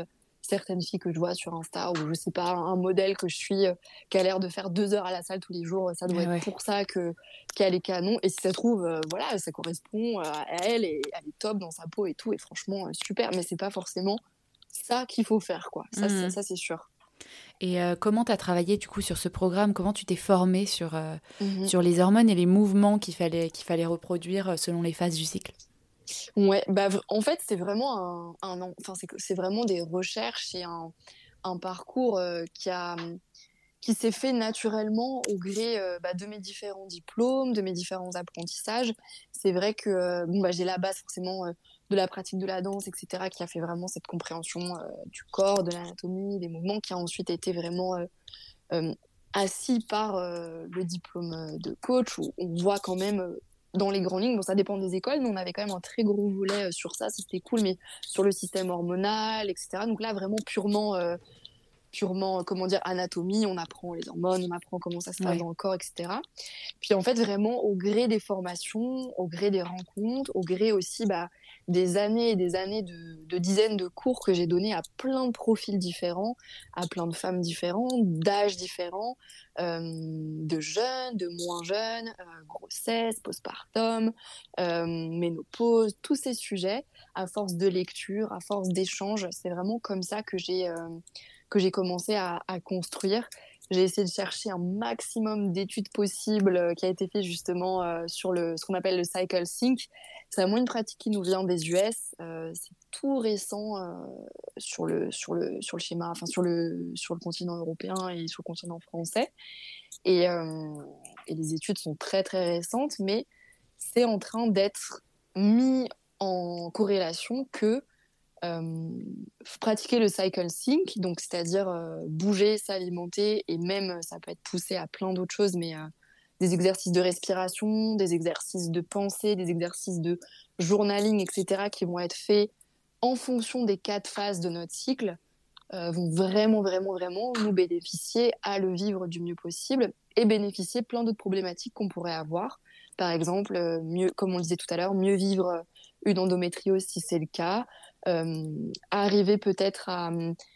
certaines filles que je vois sur Insta, ou je sais pas, un modèle que je suis euh, qui a l'air de faire deux heures à la salle tous les jours, ça doit Ah être ouais. pour ça que qu'elle est canon. Et si ça se trouve, euh, voilà, ça correspond à elle et elle est top dans sa peau et tout, et franchement, euh, super. Mais c'est pas forcément ça qu'il faut faire, quoi. Ça, c'est, Mmh. ça, c'est sûr. Et euh, comment tu as travaillé du coup sur ce programme? Comment tu t'es formée sur, euh, Mhm. sur les hormones et les mouvements qu'il fallait, qu'il fallait reproduire euh, selon les phases du cycle? Ouais, bah, v- en fait, c'est vraiment un, un en- enfin, c'est, que- c'est vraiment des recherches et un, un parcours euh, qui a, qui s'est fait naturellement au gré euh, bah, de mes différents diplômes, de mes différents apprentissages. C'est vrai que euh, bon, bah, j'ai la base forcément euh, de la pratique de la danse, et cetera, qui a fait vraiment cette compréhension euh, du corps, de l'anatomie, des mouvements, qui a ensuite été vraiment euh, euh, assis par euh, le diplôme de coach, où on voit quand même euh, dans les grandes lignes, bon, ça dépend des écoles, mais on avait quand même un très gros volet euh, sur ça, c'était cool, mais sur le système hormonal, et cetera. Donc là, vraiment purement euh, purement, comment dire, anatomie, on apprend les hormones, on apprend comment ça se passe Ouais. dans le corps, et cetera. Puis en fait, vraiment, au gré des formations, au gré des rencontres, au gré aussi bah, des années et des années de, de dizaines de cours que j'ai donnés à plein de profils différents, à plein de femmes différentes, d'âges différents, euh, de jeunes, de moins jeunes, euh, grossesse, postpartum, euh, ménopause, tous ces sujets, à force de lecture, à force d'échanges, c'est vraiment comme ça que j'ai... Euh, que j'ai commencé à, à construire. J'ai essayé de chercher un maximum d'études possibles euh, qui a été fait justement euh, sur le, ce qu'on appelle le cycle sync. C'est vraiment une pratique qui nous vient des U S. Euh, c'est tout récent euh, sur le sur le sur le schéma, enfin sur le sur le continent européen et sur le continent français. Et, euh, et les études sont très très récentes, mais c'est en train d'être mis en corrélation que euh, pratiquer le cycle sync, donc c'est-à-dire euh, bouger, s'alimenter, et même euh, ça peut être poussé à plein d'autres choses, mais euh, des exercices de respiration, des exercices de pensée, des exercices de journaling, et cetera, qui vont être faits en fonction des quatre phases de notre cycle, euh, vont vraiment, vraiment, vraiment nous bénéficier à le vivre du mieux possible et bénéficier plein d'autres problématiques qu'on pourrait avoir. Par exemple, euh, mieux, comme on le disait tout à l'heure, mieux vivre une endométriose si c'est le cas, euh, arriver peut-être à,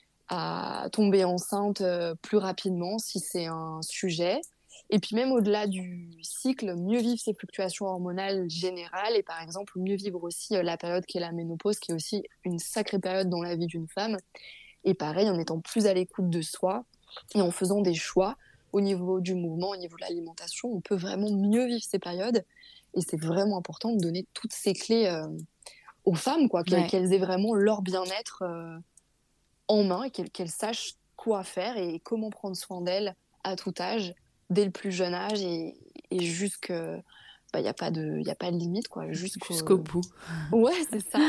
à tomber enceinte euh, plus rapidement si c'est un sujet. Et puis même au-delà du cycle, mieux vivre ces fluctuations hormonales générales et par exemple mieux vivre aussi euh, la période qui est la ménopause, qui est aussi une sacrée période dans la vie d'une femme. Et pareil, en étant plus à l'écoute de soi et en faisant des choix au niveau du mouvement, au niveau de l'alimentation, on peut vraiment mieux vivre ces périodes. Et c'est vraiment important de donner toutes ces clés euh, aux femmes, quoi, qu'elles, Ouais. qu'elles aient vraiment leur bien-être euh, en main et qu'elles, qu'elles sachent quoi faire et comment prendre soin d'elles à tout âge, dès le plus jeune âge et, et jusque... Il n'y a pas de, y a pas de limite, quoi, Jusqu'au jusqu'au... bout. Ouais, c'est ça.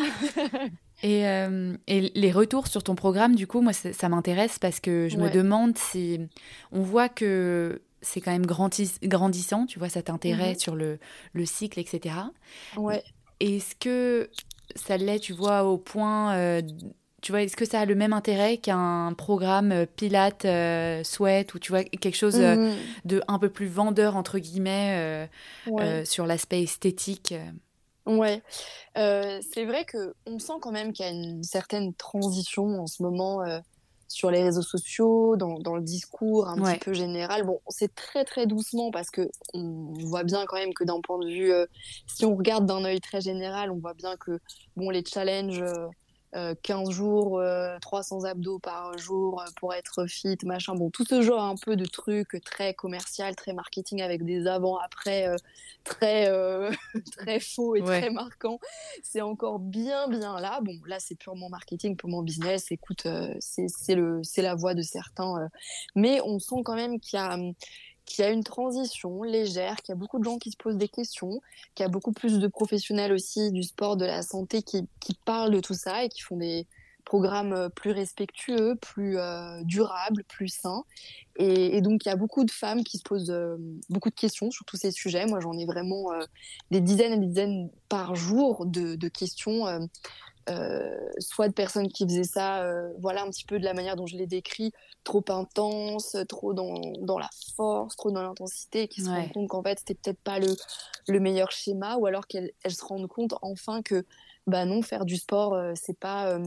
Et, euh, et les retours sur ton programme, du coup, moi, ça, ça m'intéresse parce que je me Ouais. demande si on voit que c'est quand même grandis- grandissant, tu vois, cet intérêt Mhm. sur le, le cycle, et cetera. Ouais. Est-ce que ça l'est, tu vois, au point, euh, tu vois, est-ce que ça a le même intérêt qu'un programme euh, Pilates, euh, Sweat, ou tu vois, quelque chose euh, Mhm. de un peu plus vendeur, entre guillemets, euh, Ouais. euh, sur l'aspect esthétique? euh. Ouais, euh, c'est vrai que on sent quand même qu'il y a une certaine transition en ce moment euh, sur les réseaux sociaux, dans, dans le discours un petit Ouais. peu général. Bon, c'est très très doucement parce que on voit bien quand même que d'un point de vue, euh, si on regarde d'un œil très général, on voit bien que bon, les challenges euh, euh, quinze jours, euh, trois cents abdos par jour euh, pour être fit, machin, bon, tout ce genre un peu de trucs très commercial, très marketing avec des avant-après euh, très euh, très faux et très Ouais. marquant. C'est encore bien, bien là. Bon, là, c'est purement marketing, purement business. Écoute, euh, c'est, c'est le, c'est la voix de certains. euh. Mais on sent quand même qu'il y a, hum, qu'il y a une transition légère, qu'il y a beaucoup de gens qui se posent des questions, qu'il y a beaucoup plus de professionnels aussi du sport, de la santé qui, qui parlent de tout ça et qui font des programmes euh, plus respectueux, plus euh, durables, plus sains. Et, et donc, il y a beaucoup de femmes qui se posent euh, beaucoup de questions sur tous ces sujets. Moi, j'en ai vraiment euh, des dizaines et des dizaines par jour de, de questions, euh, euh, soit de personnes qui faisaient ça, euh, voilà un petit peu de la manière dont je l'ai décrit, trop intense, trop dans, dans la force, trop dans l'intensité, qui se rendent Ouais. compte qu'en fait, c'était peut-être pas le, le meilleur schéma, ou alors qu'elles elles se rendent compte enfin que, bah non, faire du sport, euh, c'est pas... euh,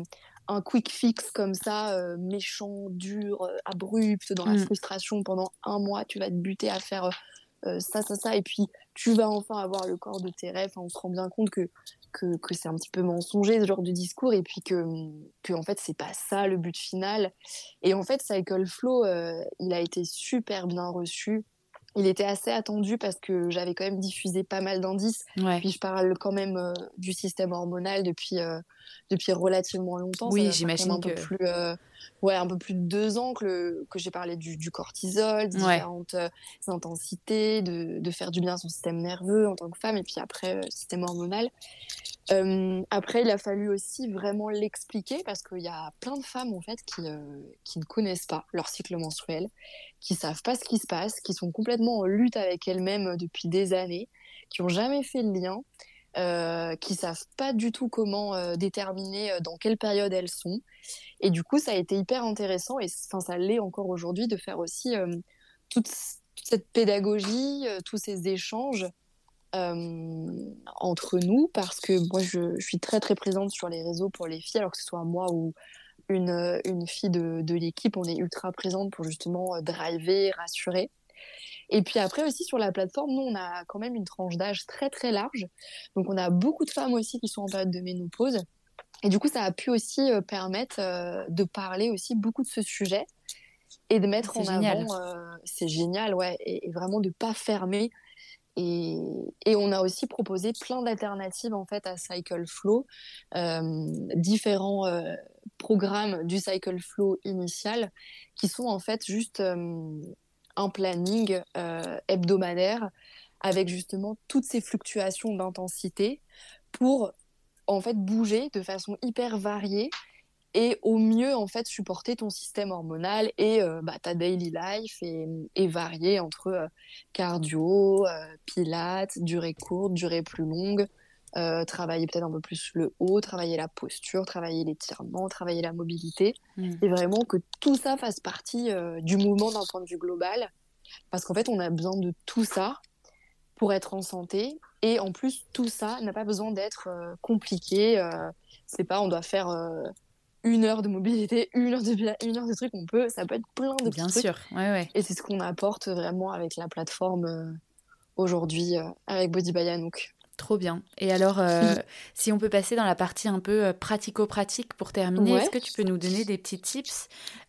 un quick fix comme ça, euh, méchant, dur, euh, abrupt, dans la Mm. frustration pendant un mois, tu vas te buter à faire euh, ça, ça, ça, et puis tu vas enfin avoir le corps de tes rêves. Enfin, on se rend bien compte que, que, que c'est un petit peu mensonger ce genre de discours, et puis que, que en fait, c'est pas ça le but final. Et en fait, Cycle Flow, euh, il a été super bien reçu. Il était assez attendu parce que j'avais quand même diffusé pas mal d'indices. Ouais. Puis je parle quand même euh, du système hormonal depuis, euh, depuis relativement longtemps. Ça Oui, va faire quand même j'imagine un peu que... plus, euh, ouais, un peu plus de deux ans que, le- que j'ai parlé du, du cortisol, de Ouais. différentes euh, intensités, de, de faire du bien à son système nerveux en tant que femme, et puis après, euh, système hormonal. Euh, après, il a fallu aussi vraiment l'expliquer parce qu'il y a plein de femmes en fait qui, euh, qui ne connaissent pas leur cycle menstruel, qui savent pas ce qui se passe, qui sont complètement en lutte avec elles-mêmes depuis des années, qui ont jamais fait le lien, euh, qui savent pas du tout comment euh, déterminer euh, dans quelle période elles sont. Et du coup, ça a été hyper intéressant, et enfin ça l'est encore aujourd'hui, de faire aussi euh, toute, toute cette pédagogie, euh, tous ces échanges euh, entre nous, parce que moi je, je suis très très présente sur les réseaux pour les filles, alors que ce soit moi ou une, une fille de, de l'équipe, on est ultra présente pour justement euh, driver, rassurer. Et puis après aussi sur la plateforme, nous on a quand même une tranche d'âge très très large, donc on a beaucoup de femmes aussi qui sont en période de ménopause, et du coup ça a pu aussi euh, permettre euh, de parler aussi beaucoup de ce sujet et de mettre C'est en génial. avant, euh, c'est génial, ouais, et, et vraiment de pas fermer. Et, et on a aussi proposé plein d'alternatives en fait à Cycle Flow, euh, différents euh, programmes du Cycle Flow initial qui sont en fait juste euh, un planning euh, hebdomadaire avec justement toutes ces fluctuations d'intensité pour en fait bouger de façon hyper variée et au mieux en fait supporter ton système hormonal et euh, bah, ta daily life, et, et varier entre euh, cardio, euh, pilates, durée courte, durée plus longue, euh, travailler peut-être un peu plus le haut, travailler la posture, travailler l'étirement, travailler la mobilité, Mm. et vraiment que tout ça fasse partie euh, du mouvement d'un point de vue global, parce qu'en fait on a besoin de tout ça pour être en santé. Et en plus, tout ça n'a pas besoin d'être euh, compliqué. Euh, c'est pas, on doit faire euh, une heure de mobilité, une heure de, une heure de trucs. On peut, ça peut être plein de petits Bien trucs. sûr, ouais, ouais. Et c'est ce qu'on apporte vraiment avec la plateforme euh, aujourd'hui, euh, avec Body by Anouk. Trop bien. Et alors, euh, si on peut passer dans la partie un peu euh, pratico-pratique pour terminer, est-ce Ouais. que tu peux nous donner des petits tips,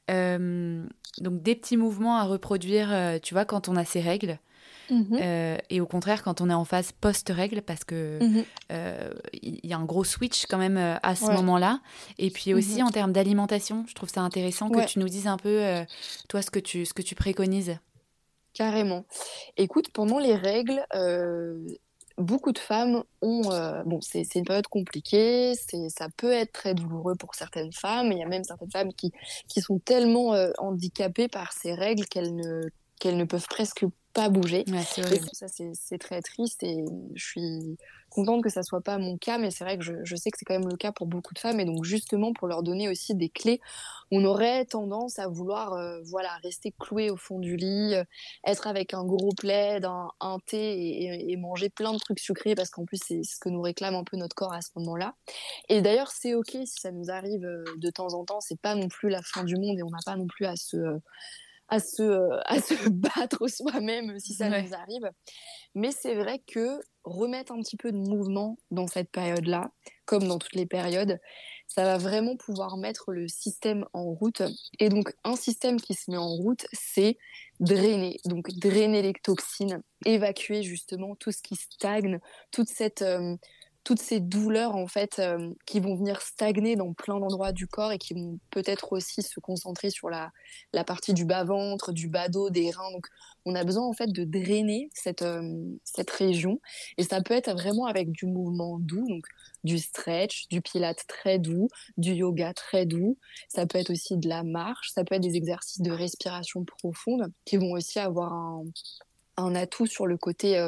euh, donc des petits mouvements à reproduire, euh, tu vois, quand on a ses règles, Mhm. euh, et au contraire quand on est en phase post-règles, parce que Mhm. euh, il y a un gros switch quand même euh, à ce Ouais. moment-là. Et puis aussi Mhm. en termes d'alimentation, je trouve ça intéressant que Ouais, tu nous dises un peu, euh, toi, ce que tu, ce que tu préconises. carrément. Écoute, pendant les règles, euh, beaucoup de femmes ont... euh, bon, c'est c'est une période compliquée, c'est, ça peut être très douloureux pour certaines femmes. Il y a même certaines femmes qui, qui sont tellement euh, handicapées par ces règles qu'elles ne, qu'elles ne peuvent presque pas bouger. Ouais, c'est Et horrible. ça, c'est c'est très triste, et je suis contente que ça soit pas mon cas, mais c'est vrai que je, je sais que c'est quand même le cas pour beaucoup de femmes. Et donc, justement, pour leur donner aussi des clés, on aurait tendance à vouloir euh, voilà, rester cloué au fond du lit, euh, être avec un gros plaid, un, un thé, et, et manger plein de trucs sucrés, parce qu'en plus, c'est ce que nous réclame un peu notre corps à ce moment-là. Et d'ailleurs, c'est OK si ça nous arrive euh, de temps en temps, c'est pas non plus la fin du monde, et on n'a pas non plus à se... euh, à se, euh, à se battre soi-même si ça Ouais. nous arrive. Mais c'est vrai que remettre un petit peu de mouvement dans cette période-là, comme dans toutes les périodes, ça va vraiment pouvoir mettre le système en route. Et donc, un système qui se met en route, c'est drainer. Donc, drainer les toxines, évacuer justement tout ce qui stagne, toute cette... euh, toutes ces douleurs en fait euh, qui vont venir stagner dans plein d'endroits du corps, et qui vont peut-être aussi se concentrer sur la, la partie du bas-ventre, du bas dos, des reins. Donc on a besoin en fait de drainer cette, euh, cette région, et ça peut être vraiment avec du mouvement doux, donc du stretch, du pilate très doux, du yoga très doux. Ça peut être aussi de la marche, ça peut être des exercices de respiration profonde qui vont aussi avoir un un atout sur le côté euh,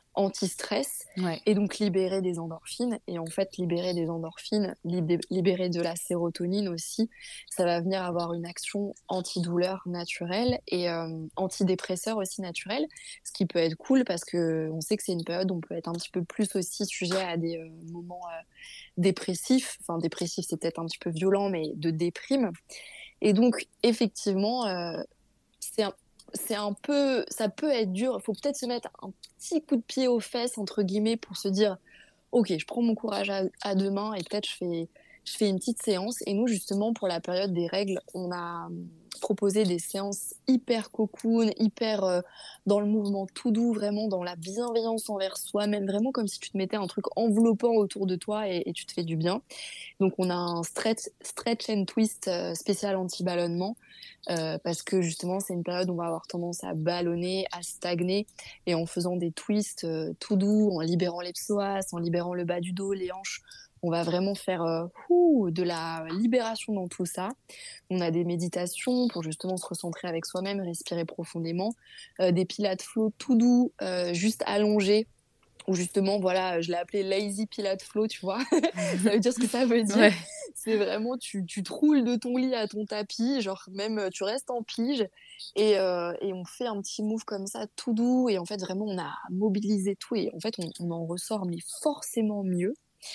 anti-stress Ouais. et donc libérer des endorphines. Et en fait, libérer des endorphines, libé- libérer de la sérotonine aussi, ça va venir avoir une action antidouleur naturelle et euh, antidépresseur aussi naturelle, ce qui peut être cool parce que on sait que c'est une période où on peut être un petit peu plus aussi sujet à des euh, moments euh, dépressifs. Enfin, dépressif, c'est peut-être un petit peu violent, mais de déprime. Et donc, effectivement, euh, c'est un, c'est un peu, ça peut être dur. Il faut peut-être se mettre un petit coup de pied aux fesses, entre guillemets, pour se dire, OK, je prends mon courage à, à deux mains et peut-être je fais, je fais une petite séance. Et nous, justement, pour la période des règles, on a hum, proposé des séances hyper cocoon, hyper euh, dans le mouvement tout doux, vraiment dans la bienveillance envers soi-même, vraiment comme si tu te mettais un truc enveloppant autour de toi et, et tu te fais du bien. Donc, on a un stretch, stretch and twist euh, spécial anti-ballonnement euh, parce que justement, c'est une période où on va avoir tendance à ballonner, à stagner. Et en faisant des twists euh, tout doux, en libérant les psoas, en libérant le bas du dos, les hanches, on va vraiment faire euh, ouh, de la libération dans tout ça. On a des méditations pour justement se recentrer avec soi-même, respirer profondément. Euh, des pilates flow tout doux, euh, juste allongés ou justement, voilà, je l'ai appelé lazy pilate flow, tu vois. Ça veut dire ce que ça veut dire. Ouais. C'est vraiment, tu, tu te roules de ton lit à ton tapis, genre même tu restes en pige et, euh, et on fait un petit move comme ça, tout doux. Et en fait, vraiment, on a mobilisé tout et en fait, on, on en ressort, mais forcément mieux.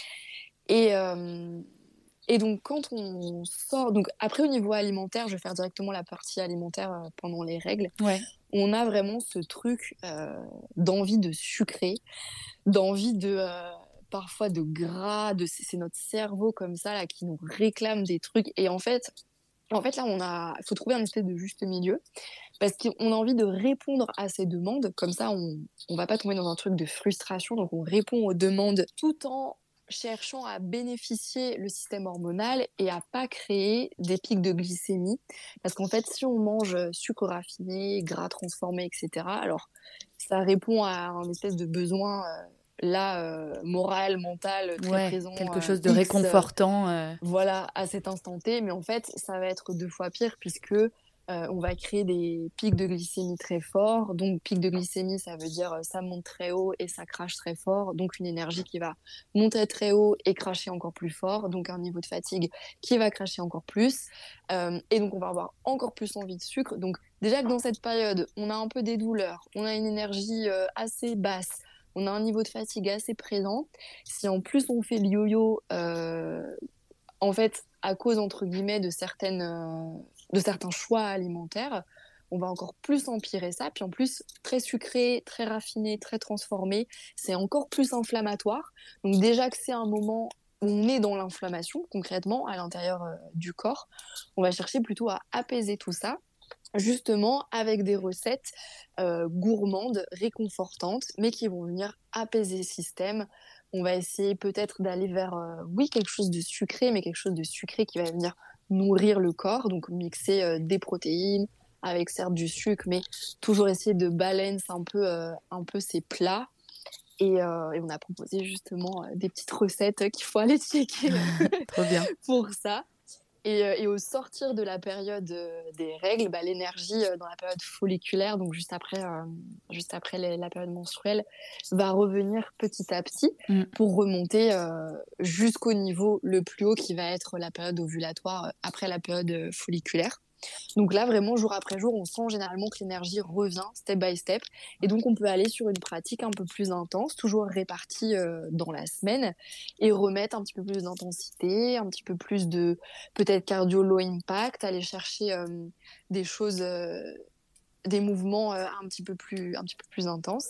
Et, euh, et donc, quand on sort, donc après, au niveau alimentaire, je vais faire directement la partie alimentaire euh, pendant les règles. Ouais. On a vraiment ce truc euh, d'envie de sucrer, d'envie de euh, parfois de gras, de c'est notre cerveau comme ça là qui nous réclame des trucs et en fait en fait là on a faut trouver un espèce de juste milieu parce qu'on a envie de répondre à ces demandes comme ça on on va pas tomber dans un truc de frustration donc on répond aux demandes tout en cherchant à bénéficier le système hormonal et à pas créer des pics de glycémie parce qu'en fait si on mange sucre raffiné, gras transformé, et cetera alors ça répond à un espèce de besoin euh, là euh, moral, mental très Ouais. présent Quelque euh, chose de X euh, réconfortant. euh. voilà à cet instant T mais en fait ça va être deux fois pire puisque euh, on va créer des pics de glycémie très forts. Donc, pic de glycémie, ça veut dire euh, ça monte très haut et ça crache très fort. Donc, une énergie qui va monter très haut et cracher encore plus fort. Donc, un niveau de fatigue qui va cracher encore plus. Euh, et donc, on va avoir encore plus envie de sucre. Donc, déjà que dans cette période, on a un peu des douleurs, on a une énergie euh, assez basse, on a un niveau de fatigue assez présent. Si en plus on fait le yo-yo, euh, en fait, à cause, entre guillemets, de, certaines, euh, de certains choix alimentaires, on va encore plus empirer ça. Puis en plus, très sucré, très raffiné, très transformé, c'est encore plus inflammatoire. Donc déjà que c'est un moment où on est dans l'inflammation, concrètement, à l'intérieur euh, du corps, on va chercher plutôt à apaiser tout ça justement avec des recettes euh, gourmandes, réconfortantes, mais qui vont venir apaiser le système. On va essayer peut-être d'aller vers, euh, oui, quelque chose de sucré, mais quelque chose de sucré qui va venir nourrir le corps, donc mixer euh, des protéines avec certes du sucre, mais toujours essayer de balance un peu, euh, un peu ces plats. Et, euh, et on a proposé justement euh, des petites recettes qu'il faut aller checker Trop bien. pour ça. Et, euh, et au sortir de la période euh, des règles, bah, l'énergie euh, dans la période folliculaire, donc juste après, euh, juste après les, la période menstruelle, va revenir petit à petit Mm. pour remonter euh, jusqu'au niveau le plus haut qui va être la période ovulatoire euh, après la période euh, folliculaire. Donc là, vraiment, jour après jour, on sent généralement que l'énergie revient step by step. Et donc, on peut aller sur une pratique un peu plus intense, toujours répartie euh, dans la semaine, et remettre un petit peu plus d'intensité, un petit peu plus de peut-être cardio low impact, aller chercher euh, des choses, euh, des mouvements euh, un petit peu plus, un petit peu plus intenses.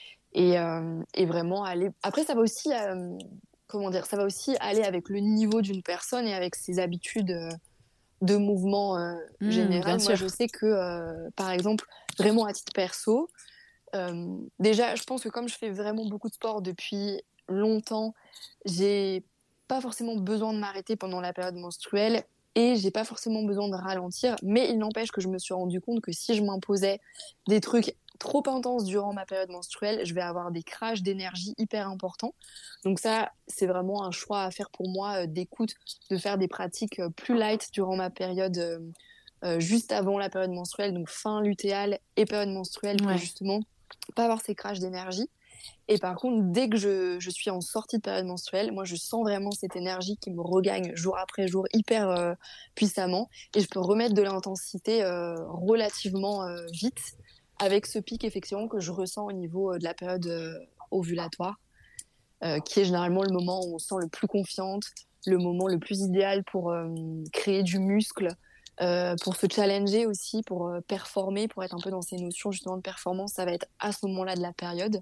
Et, euh, et vraiment aller. Après, ça va aussi, euh, comment dire, ça va aussi aller avec le niveau d'une personne et avec ses habitudes. Euh, de mouvement euh, Mm, bien général. Moi, sûr. je sais que, euh, par exemple, vraiment à titre perso, euh, déjà, je pense que comme je fais vraiment beaucoup de sport depuis longtemps, j'ai pas forcément besoin de m'arrêter pendant la période menstruelle et j'ai pas forcément besoin de ralentir. Mais il n'empêche que je me suis rendu compte que si je m'imposais des trucs trop intenses durant ma période menstruelle, je vais avoir des crashs d'énergie hyper importants. Donc ça, c'est vraiment un choix à faire pour moi euh, d'écoute, de faire des pratiques euh, plus light durant ma période euh, euh, juste avant la période menstruelle, donc fin lutéale et période menstruelle pour Ouais. justement pas avoir ces crashs d'énergie. Et par contre, dès que je, je suis en sortie de période menstruelle, moi, je sens vraiment cette énergie qui me regagne jour après jour hyper euh, puissamment. Et je peux remettre de l'intensité euh, relativement euh, vite avec ce pic, effectivement, que je ressens au niveau euh, de la période euh, ovulatoire, euh, qui est généralement le moment où on se sent le plus confiante, le moment le plus idéal pour euh, créer du muscle, euh, pour se challenger aussi, pour euh, performer, pour être un peu dans ces notions justement de performance. Ça va être à ce moment-là de la période.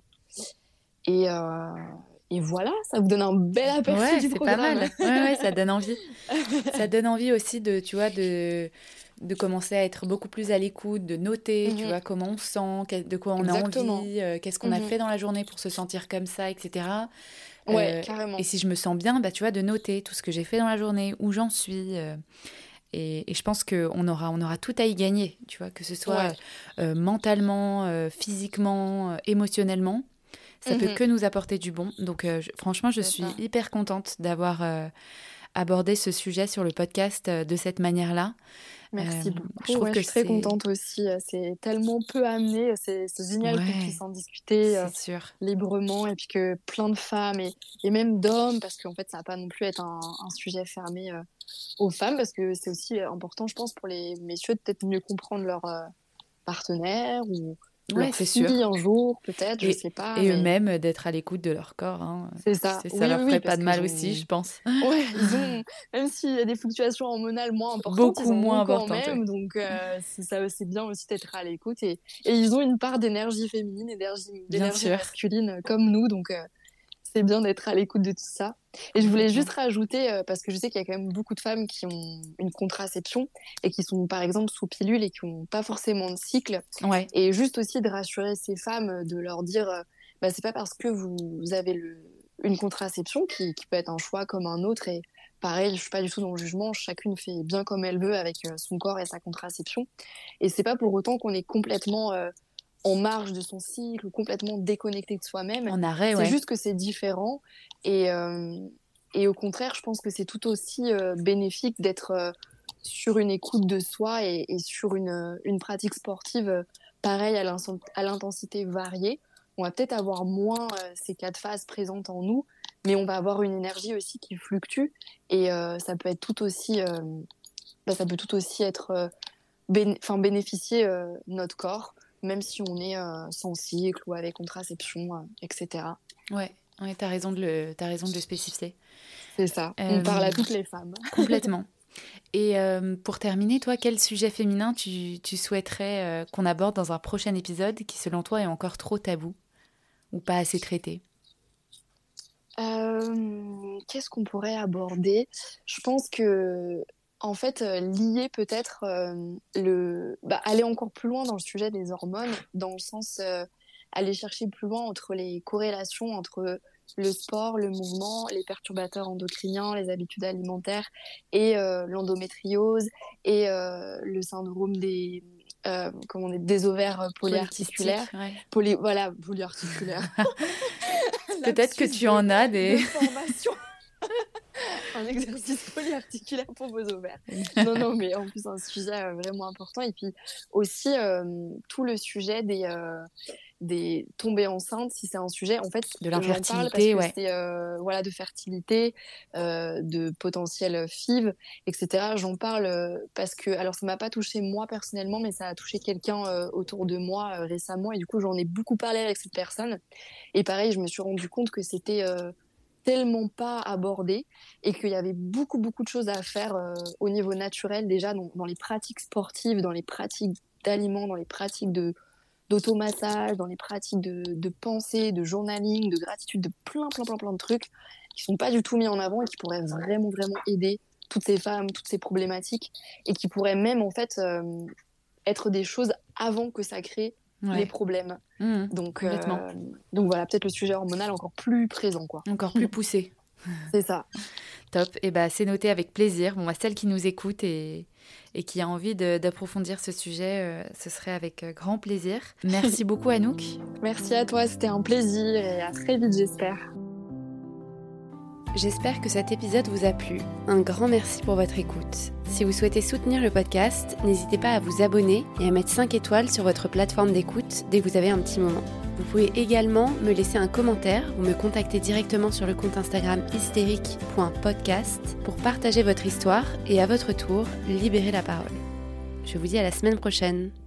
Et, euh, et voilà, ça vous donne un bel aperçu ouais, du c'est programme. pas mal. Ouais, ouais, ça donne envie. Ça donne envie aussi de, tu vois, de, de commencer à être beaucoup plus à l'écoute, de noter, mm-hmm. tu vois, comment on se sent, de quoi on Exactement. a envie, euh, qu'est-ce qu'on mm-hmm. a fait dans la journée pour se sentir comme ça, et cetera. Ouais, euh, carrément. Et si je me sens bien, bah, tu vois, de noter tout ce que j'ai fait dans la journée, où j'en suis. Euh, et, et je pense qu'on aura, on aura tout à y gagner, tu vois, que ce soit ouais. euh, mentalement, euh, physiquement, euh, émotionnellement. Ça mm-hmm. peut que nous apporter du bon. Donc, euh, je, franchement, je C'est suis ça. hyper contente d'avoir euh, abordé ce sujet sur le podcast euh, de cette manière-là. Merci euh, beaucoup. Je, trouve ouais, que je suis très c'est... contente aussi. C'est tellement peu amené. C'est, c'est génial ouais, qu'on puisse en discuter euh, sûr. librement et puis que plein de femmes et, et même d'hommes, parce qu'en fait, ça va pas non plus être un, un sujet fermé euh, aux femmes, parce que c'est aussi important, je pense, pour les messieurs de peut-être mieux comprendre leur euh, partenaire ou ouais, leur c'est fille sûr. un jour, peut-être, et, je sais pas. Et mais... eux-mêmes d'être à l'écoute de leur corps. Hein. C'est ça. C'est, oui, ça leur oui, ferait oui, pas de mal ont... aussi, je pense. Ouais, ils ont, même s'il y a des fluctuations hormonales moins importantes, beaucoup ils en moins ont quand importantes. même. Ouais. Donc, euh, c'est, ça, c'est bien aussi d'être à l'écoute. Et, et ils ont une part d'énergie féminine, d'énergie, d'énergie masculine comme nous. Donc, euh, c'est bien d'être à l'écoute de tout ça. Et je voulais juste rajouter, euh, parce que je sais qu'il y a quand même beaucoup de femmes qui ont une contraception et qui sont par exemple sous pilule et qui n'ont pas forcément de cycle. Ouais. Et juste aussi de rassurer ces femmes, de leur dire, euh, bah, c'est pas parce que vous avez le, une contraception qui, qui peut être un choix comme un autre. Et pareil, je suis pas du tout dans le jugement, chacune fait bien comme elle veut avec euh, son corps et sa contraception. Et c'est pas pour autant qu'on est complètement... Euh, en marge de son cycle ou complètement déconnecté de soi-même. En arrêt, c'est ouais. juste que c'est différent. Et, euh, et au contraire, je pense que c'est tout aussi euh, bénéfique d'être euh, sur une écoute de soi et, et sur une, une pratique sportive euh, pareille à, à l'intensité variée. On va peut-être avoir moins euh, ces quatre phases présentes en nous, mais on va avoir une énergie aussi qui fluctue. Et euh, ça peut être tout aussi, euh, bah, ça peut tout aussi être, euh, béné- bénéficier euh, notre corps, même si on est euh, sans cycle ou avec contraception, euh, et cetera. Ouais, ouais, t'as raison de le, t'as raison de le spécifier. C'est ça. Euh, on parle à toutes les femmes. Complètement. Et euh, pour terminer, toi, quel sujet féminin tu, tu souhaiterais euh, qu'on aborde dans un prochain épisode qui, selon toi, est encore trop tabou ou pas assez traité ? euh, Qu'est-ce qu'on pourrait aborder ? Je pense que en fait, euh, lier peut-être euh, le, bah, aller encore plus loin dans le sujet des hormones, dans le sens euh, aller chercher plus loin entre les corrélations entre le sport, le mouvement, les perturbateurs endocriniens, les habitudes alimentaires et euh, l'endométriose et euh, le syndrome des euh, comment on dit, des ovaires polyarticulaires. Ouais. Poly, voilà, polyarticulaires. Peut-être que tu de, en as des formations. Un exercice polyarticulaire pour vos ovaires. Non, non, mais en plus, un sujet euh, vraiment important. Et puis aussi, euh, tout le sujet des, euh, des tombées enceintes, si c'est un sujet, en fait, de l'infertilité, parce ouais. que c'est euh, voilà, de fertilité, euh, de potentiel F I V, et cetera. J'en parle parce que, alors, ça m'a pas touché moi personnellement, mais ça a touché quelqu'un euh, autour de moi euh, récemment. Et du coup, j'en ai beaucoup parlé avec cette personne. Et pareil, je me suis rendu compte que c'était... Euh, tellement pas abordé et qu'il y avait beaucoup beaucoup de choses à faire euh, au niveau naturel déjà dans, dans les pratiques sportives, dans les pratiques d'aliments, dans les pratiques de d'automassage, dans les pratiques de, de pensée, de journaling, de gratitude, de plein plein plein plein de trucs qui sont pas du tout mis en avant et qui pourraient vraiment vraiment aider toutes ces femmes, toutes ces problématiques et qui pourraient même en fait euh, être des choses avant que ça crée ouais. les problèmes. Mmh, donc, euh, donc voilà, peut-être le sujet hormonal encore plus présent, quoi. Encore plus poussé. C'est ça. Top. Et bah, c'est noté avec plaisir. Bon, bah, celle qui nous écoute et, et qui a envie de, d'approfondir ce sujet, euh, ce serait avec euh, grand plaisir. Merci beaucoup, Anouk. Merci à toi, c'était un plaisir et à très vite, j'espère. J'espère que cet épisode vous a plu. Un grand merci pour votre écoute. Si vous souhaitez soutenir le podcast, n'hésitez pas à vous abonner et à mettre cinq étoiles sur votre plateforme d'écoute dès que vous avez un petit moment. Vous pouvez également me laisser un commentaire ou me contacter directement sur le compte Instagram hystérique point podcast pour partager votre histoire et à votre tour, libérer la parole. Je vous dis à la semaine prochaine.